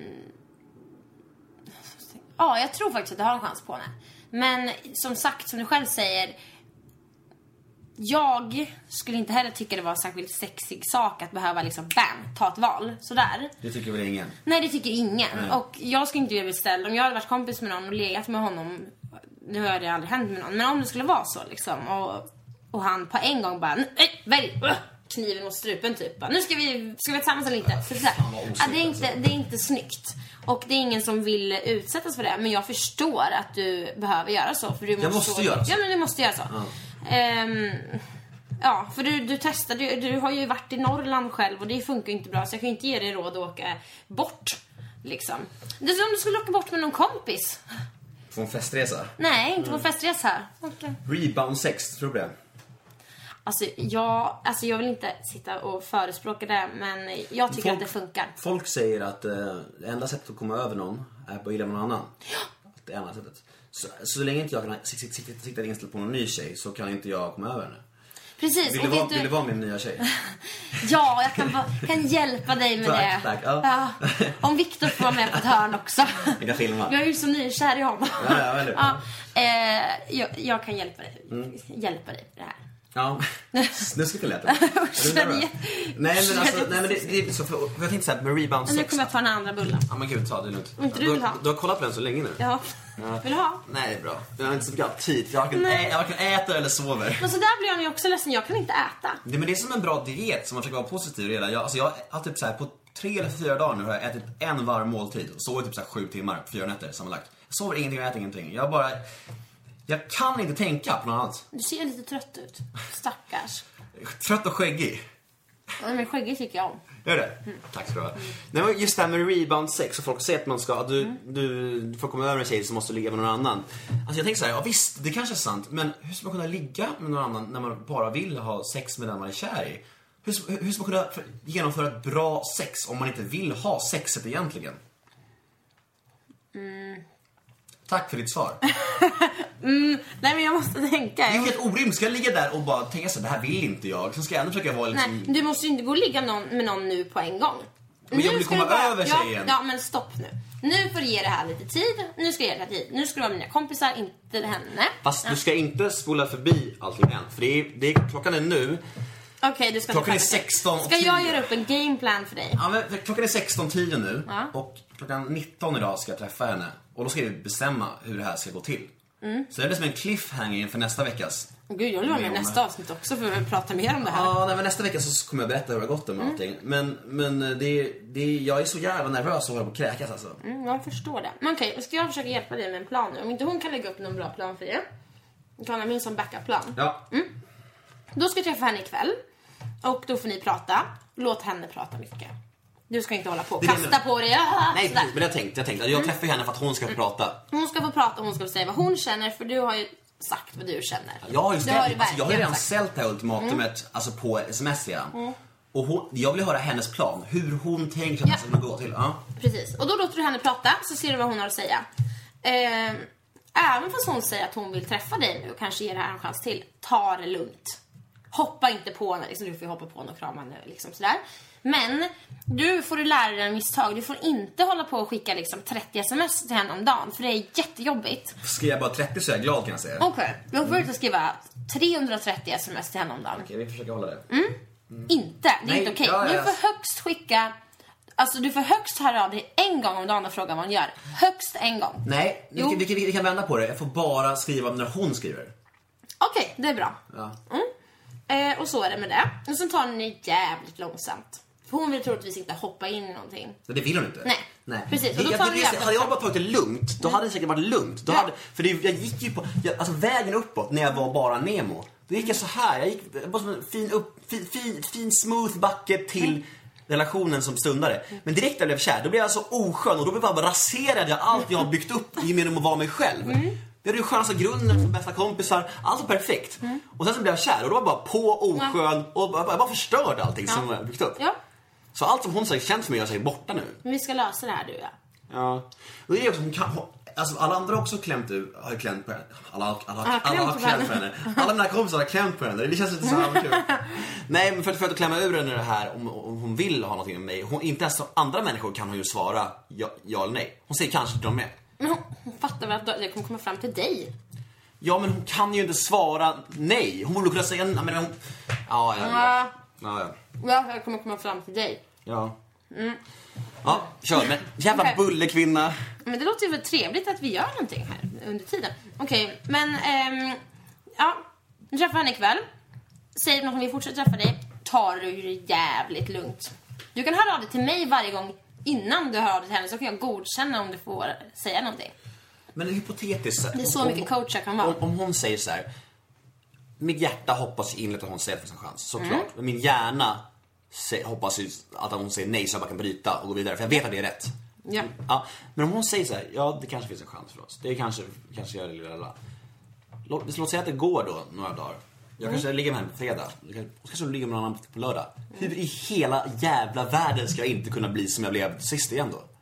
Ja, jag tror faktiskt att du har en chans på henne. Men som sagt, som du själv säger, jag skulle inte heller tycka det var en särskilt sexig sak att behöva liksom, bam, ta ett val. Sådär. Det tycker väl ingen? Nej, det tycker ingen. Nej. Och jag skulle inte bli ställd. Om jag hade varit kompis med någon och legat med honom, nu har det aldrig hänt med någon. Men om det skulle vara så liksom, och han på en gång bara, välj, kniven mot strupen typ. Nu ska vi vara tillsammans eller inte. Så det är inte snyggt. Och det är ingen som vill utsättas för det. Men jag förstår att du behöver göra så. För du måste göra så. Ja, men du måste göra så. Ja, för du testade. Du har ju varit i Norrland själv. Och det funkar inte bra. Så jag kan inte ge dig råd att åka bort. Liksom. Det är som om du skulle åka bort med någon kompis. På en festresa? Nej, inte på en festresa här. Okay. Rebound sex, tror du det? Alltså jag vill inte sitta och förespråka det, men jag tycker att det funkar. Folk säger att det enda sättet att komma över någon är på att gilla någon annan. Ja. Det enda sättet. Så länge inte jag kan sikta inställd på någon ny tjej så kan inte jag komma över henne. Precis. Vill du vara min nya tjej? Ja, jag kan hjälpa dig med det. Tack. Ja. Om Victor får vara med på ett hörn också. Jag kan filma. Jag är ju så nykär i honom. Jag kan hjälpa dig. Hjälpa dig med det här. Ja, snuskigt lätt. Nej men det är så för jag tänkte så här med Rebound 6. Nu kommer jag ta den andra bullen. Ja men gud, ta det lugnt. Inte du vill ha. Du har kollat på den så länge nu. Ja. Vill du ha? Nej, det är bra. Jag har inte så bra tid. Jag varken äter eller sover. Men så där blir jag ju också ledsen. Jag kan inte äta. Men det är som en bra diet som man försöker vara positiv redan. Jag har typ så här på 3 eller 4 dagar nu har jag ätit en varm måltid och sover typ så här 7 timmar, 4 nätter sammanlagt. Jag sover ingenting och äter ingenting. Jag kan inte tänka på något annat. Du ser lite trött ut. Stackars. Trött och skäggig. Ja, men skäggig tycker jag om. Gör det? Tack ska du ha. Nej, men just det här med Rebound 6 och folk säger att man ska du får komma över en tjej så måste du ligga med någon annan. Alltså jag tänker så här, ja visst, det kanske är sant, men hur ska man kunna ligga med någon annan när man bara vill ha sex med den man är kär i? Hur ska man kunna genomföra ett bra sex om man inte vill ha sexet egentligen? Tack för ditt svar. Nej, men jag måste tänka. Det är helt orimligt. Ska jag ligga där och bara tänka så det här vill inte jag. Så ska jag ändå försöka vara liksom... Nej, du måste ju inte gå och ligga med någon nu på en gång. Men jag vill komma över tjejen. Ja, men stopp nu. Nu får du ge det här lite tid. Nu ska jag ge det här tid. Nu ska du vara mina kompisar, inte henne. Fast du ska inte spola förbi allting än. För klockan är nu. Okej, du ska klockan är 16. Ska jag göra upp en gameplan för dig? Ja, men klockan är 16:10 nu. Ja. Och klockan 19 idag ska jag träffa henne. Och då ska vi bestämma hur det här ska gå till. Så det är som en cliffhanger inför nästa veckas. Gud, jag vill vara med nästa avsnitt också för att prata mer om det här. Ja, men nästa vecka så kommer jag berätta hur det har gått om allting. Men jag är så jävla nervös och håller på att kräkas alltså. Jag förstår det. Men okej, ska jag försöka hjälpa dig med en plan nu? Om inte hon kan lägga upp någon bra plan för er. Du kan ha min som backup-plan. Ja. Då ska jag träffa henne ikväll. Och då får ni prata. Låt henne prata mycket. Du ska inte hålla på och kasta på dig. Nej, precis, men jag tänkte att jag träffar henne för att hon ska få prata. Hon ska få prata och hon ska få säga vad hon känner. För du har ju sagt vad du känner. Jag har ju redan sällt det här ultimatumet alltså på sms igen. Och jag vill höra hennes plan. Hur hon tänker att det ska gå till. Ja. Precis, och då låter du henne prata. Så ser du vad hon har att säga. Även fast hon säger att hon vill träffa dig nu och kanske ge det här en chans till. Ta det lugnt. Hoppa inte på henne, liksom, du får ju hoppa på henne och krama henne liksom sådär. Men du får lära dig en misstag. Du får inte hålla på och skicka liksom 30 sms till henne om dagen. För det är jättejobbigt. Skriver jag bara 30 så är jag glad kan jag säga. Okej, jag får inte skriva 330 sms till henne om dagen. Okej, vi försöker hålla det. Inte, det är inte okej. Du får högst skicka... Alltså du får högst höra av dig en gång om dagen och fråga vad hon gör. Högst en gång. Nej, vi kan vända på det. Jag får bara skriva när hon skriver. Okej, det är bra. Ja. Och så är det med det. Och så tar ni jävligt långsamt. För hon vill troligtvis inte hoppa in i någonting. Det vill hon inte. Nej. Precis. Och då tar hade jag bara tagit det lugnt, då hade det säkert varit lugnt. För jag gick ju på alltså vägen uppåt när jag var bara Nemo. Då gick jag så här. Jag gick bara som en fin smooth backe till relationen som stundade. Men direkt när jag blev kär, då blev jag så oskön och då blev jag bara raserad allt jag har byggt upp genom att vara mig själv. Det är ju skönaste grunden som bästa kompisar. Allt är perfekt. Och sen så blev jag kär och då var bara på oskön och bara förstörde allting som jag byggt upp. Ja. Så allt som hon säger känns för mig, jag säger borta nu. Men vi ska lösa det här, du. Ja. Och det är också, hon kan, alltså alla andra har också klämt ut, har klämt på henne. Alla har klämt på henne. Alla mina kompisar har klämt på henne. Det känns inte så här kul. Nej, men för att klämma ur henne det här, om hon vill ha någonting med mig. Inte ens som andra människor kan hon ju svara ja eller nej. Hon säger kanske till dem med. Men hon fattar väl att det kommer komma fram till dig? Ja, men hon kan ju inte svara nej. Hon borde kunna säga nej, men hon... Ja, jag kommer komma fram till dig. Ja. Ja, kör. Men jävla bullekvinna. Men det låter ju väl trevligt att vi gör någonting här under tiden. Okej, men nu träffar henne ikväll. Säg något om vi fortsätter träffa dig. Ta det jävligt lugnt. Du kan höra av dig till mig varje gång innan du hör av dig till henne, så kan jag godkänna om du får säga någonting. Men det är hypotetiskt. Det är så mycket coach jag kan vara. Om hon säger så här: mitt hjärta hoppas inligt att hon säger att det finns en chans, såklart. Men min hjärna hoppas att hon säger nej så jag bara kan bryta och gå vidare, för jag vet att det är rätt. Ja. Men om hon säger så här: ja, det kanske finns en chans för oss. Det kanske gör det lilla. Låt säga att det går då några dagar. Jag kanske ligger med henne på fredag. Och kanske ligger med någon annan på lördag. Hur i hela jävla världen ska jag inte kunna bli som jag blev sist igen då?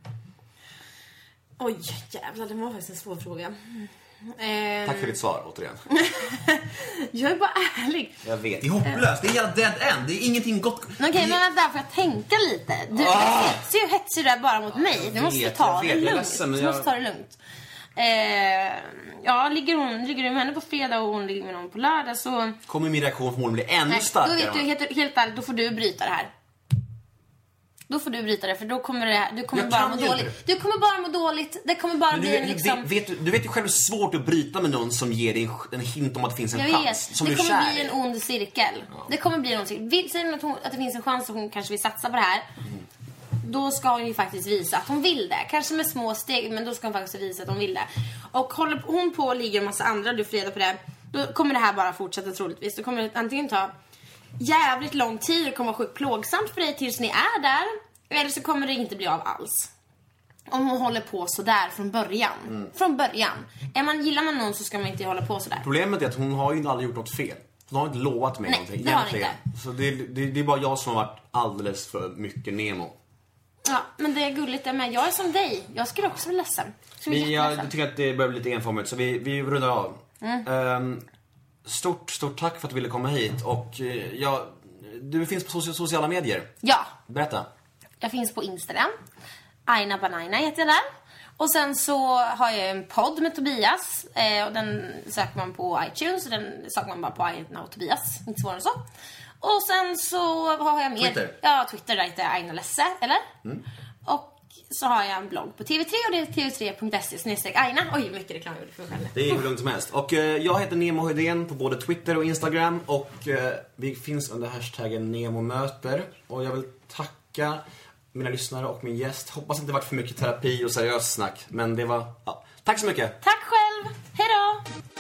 Oj, jävlar, det var faktiskt en svår fråga. Tack för ditt svar, återigen. Jag är bara ärlig. Jag vet, det är hopplöst. Det är jävla dead end. Det är ingenting gott. Okej, men där får jag tänka lite. Du hetsar där bara mot mig. Du måste ta det lugnt. Du måste ta det lugnt. Ligger du med henne på fredag och hon ligger med någon på lördag, så kommer min reaktion förmodligen bli ännu starkare. Då vet du helt ärligt, då får du bryta det här. Då får du bryta det, för då kommer du kommer bara må dåligt. Du kommer bara må dåligt. Det kommer bara bli en liksom... Du vet ju själv hur svårt att bryta med någon som ger dig en hint om att det finns en chans. Som det kommer bli en ond cirkel. Ja. Det kommer bli en ond cirkel. Säger att det finns en chans och hon kanske vill satsa på det här. Då ska hon ju faktiskt visa att hon vill det. Kanske med små steg, men då ska hon faktiskt visa att hon vill det. Och håller hon på och ligger en massa andra, du får reda på det, då kommer det här bara fortsätta troligtvis. Då kommer det antingen ta jävligt lång tid, det kommer vara sjukt plågsamt för dig tills ni är där, eller så kommer det inte bli av alls. Om hon håller på så där från början. Från början. Gillar man någon så ska man inte hålla på så där. Problemet är att hon har ju aldrig gjort något fel. Hon har inte lovat mig någonting. Det har hon inte. Så det är bara jag som har varit alldeles för mycket Nemo. Ja, men det är gulligt det med. Jag är som dig. Jag skulle också bli ledsen. Jag tycker att det börjar bli lite enformigt, så vi rundar av. Stort tack för att du ville komma hit. Och du finns på sociala medier. Ja. Berätta. Jag finns på Instagram. Aina Banaina heter jag där. Och sen så har jag en podd med Tobias. Och den söker man på iTunes. Och den söker man bara på Aina och Tobias. Inte svårare än så. Och sen så har jag mer... Twitter. Ja, Twitter, där heter jag Aina Lesse, eller? Och så har jag en blogg på TV3 och det är tv3.se/Aina. Oj, mycket reklam jag gjorde för mig själv. Det är hur lugnt som helst. Och jag heter Nemo Hedén på både Twitter och Instagram. Och vi finns under hashtaggen NEMOMÖTER. Och jag vill tacka mina lyssnare och min gäst. Hoppas inte det varit för mycket terapi och seriös snack. Men det var... Ja. Tack så mycket. Tack själv. Hej då.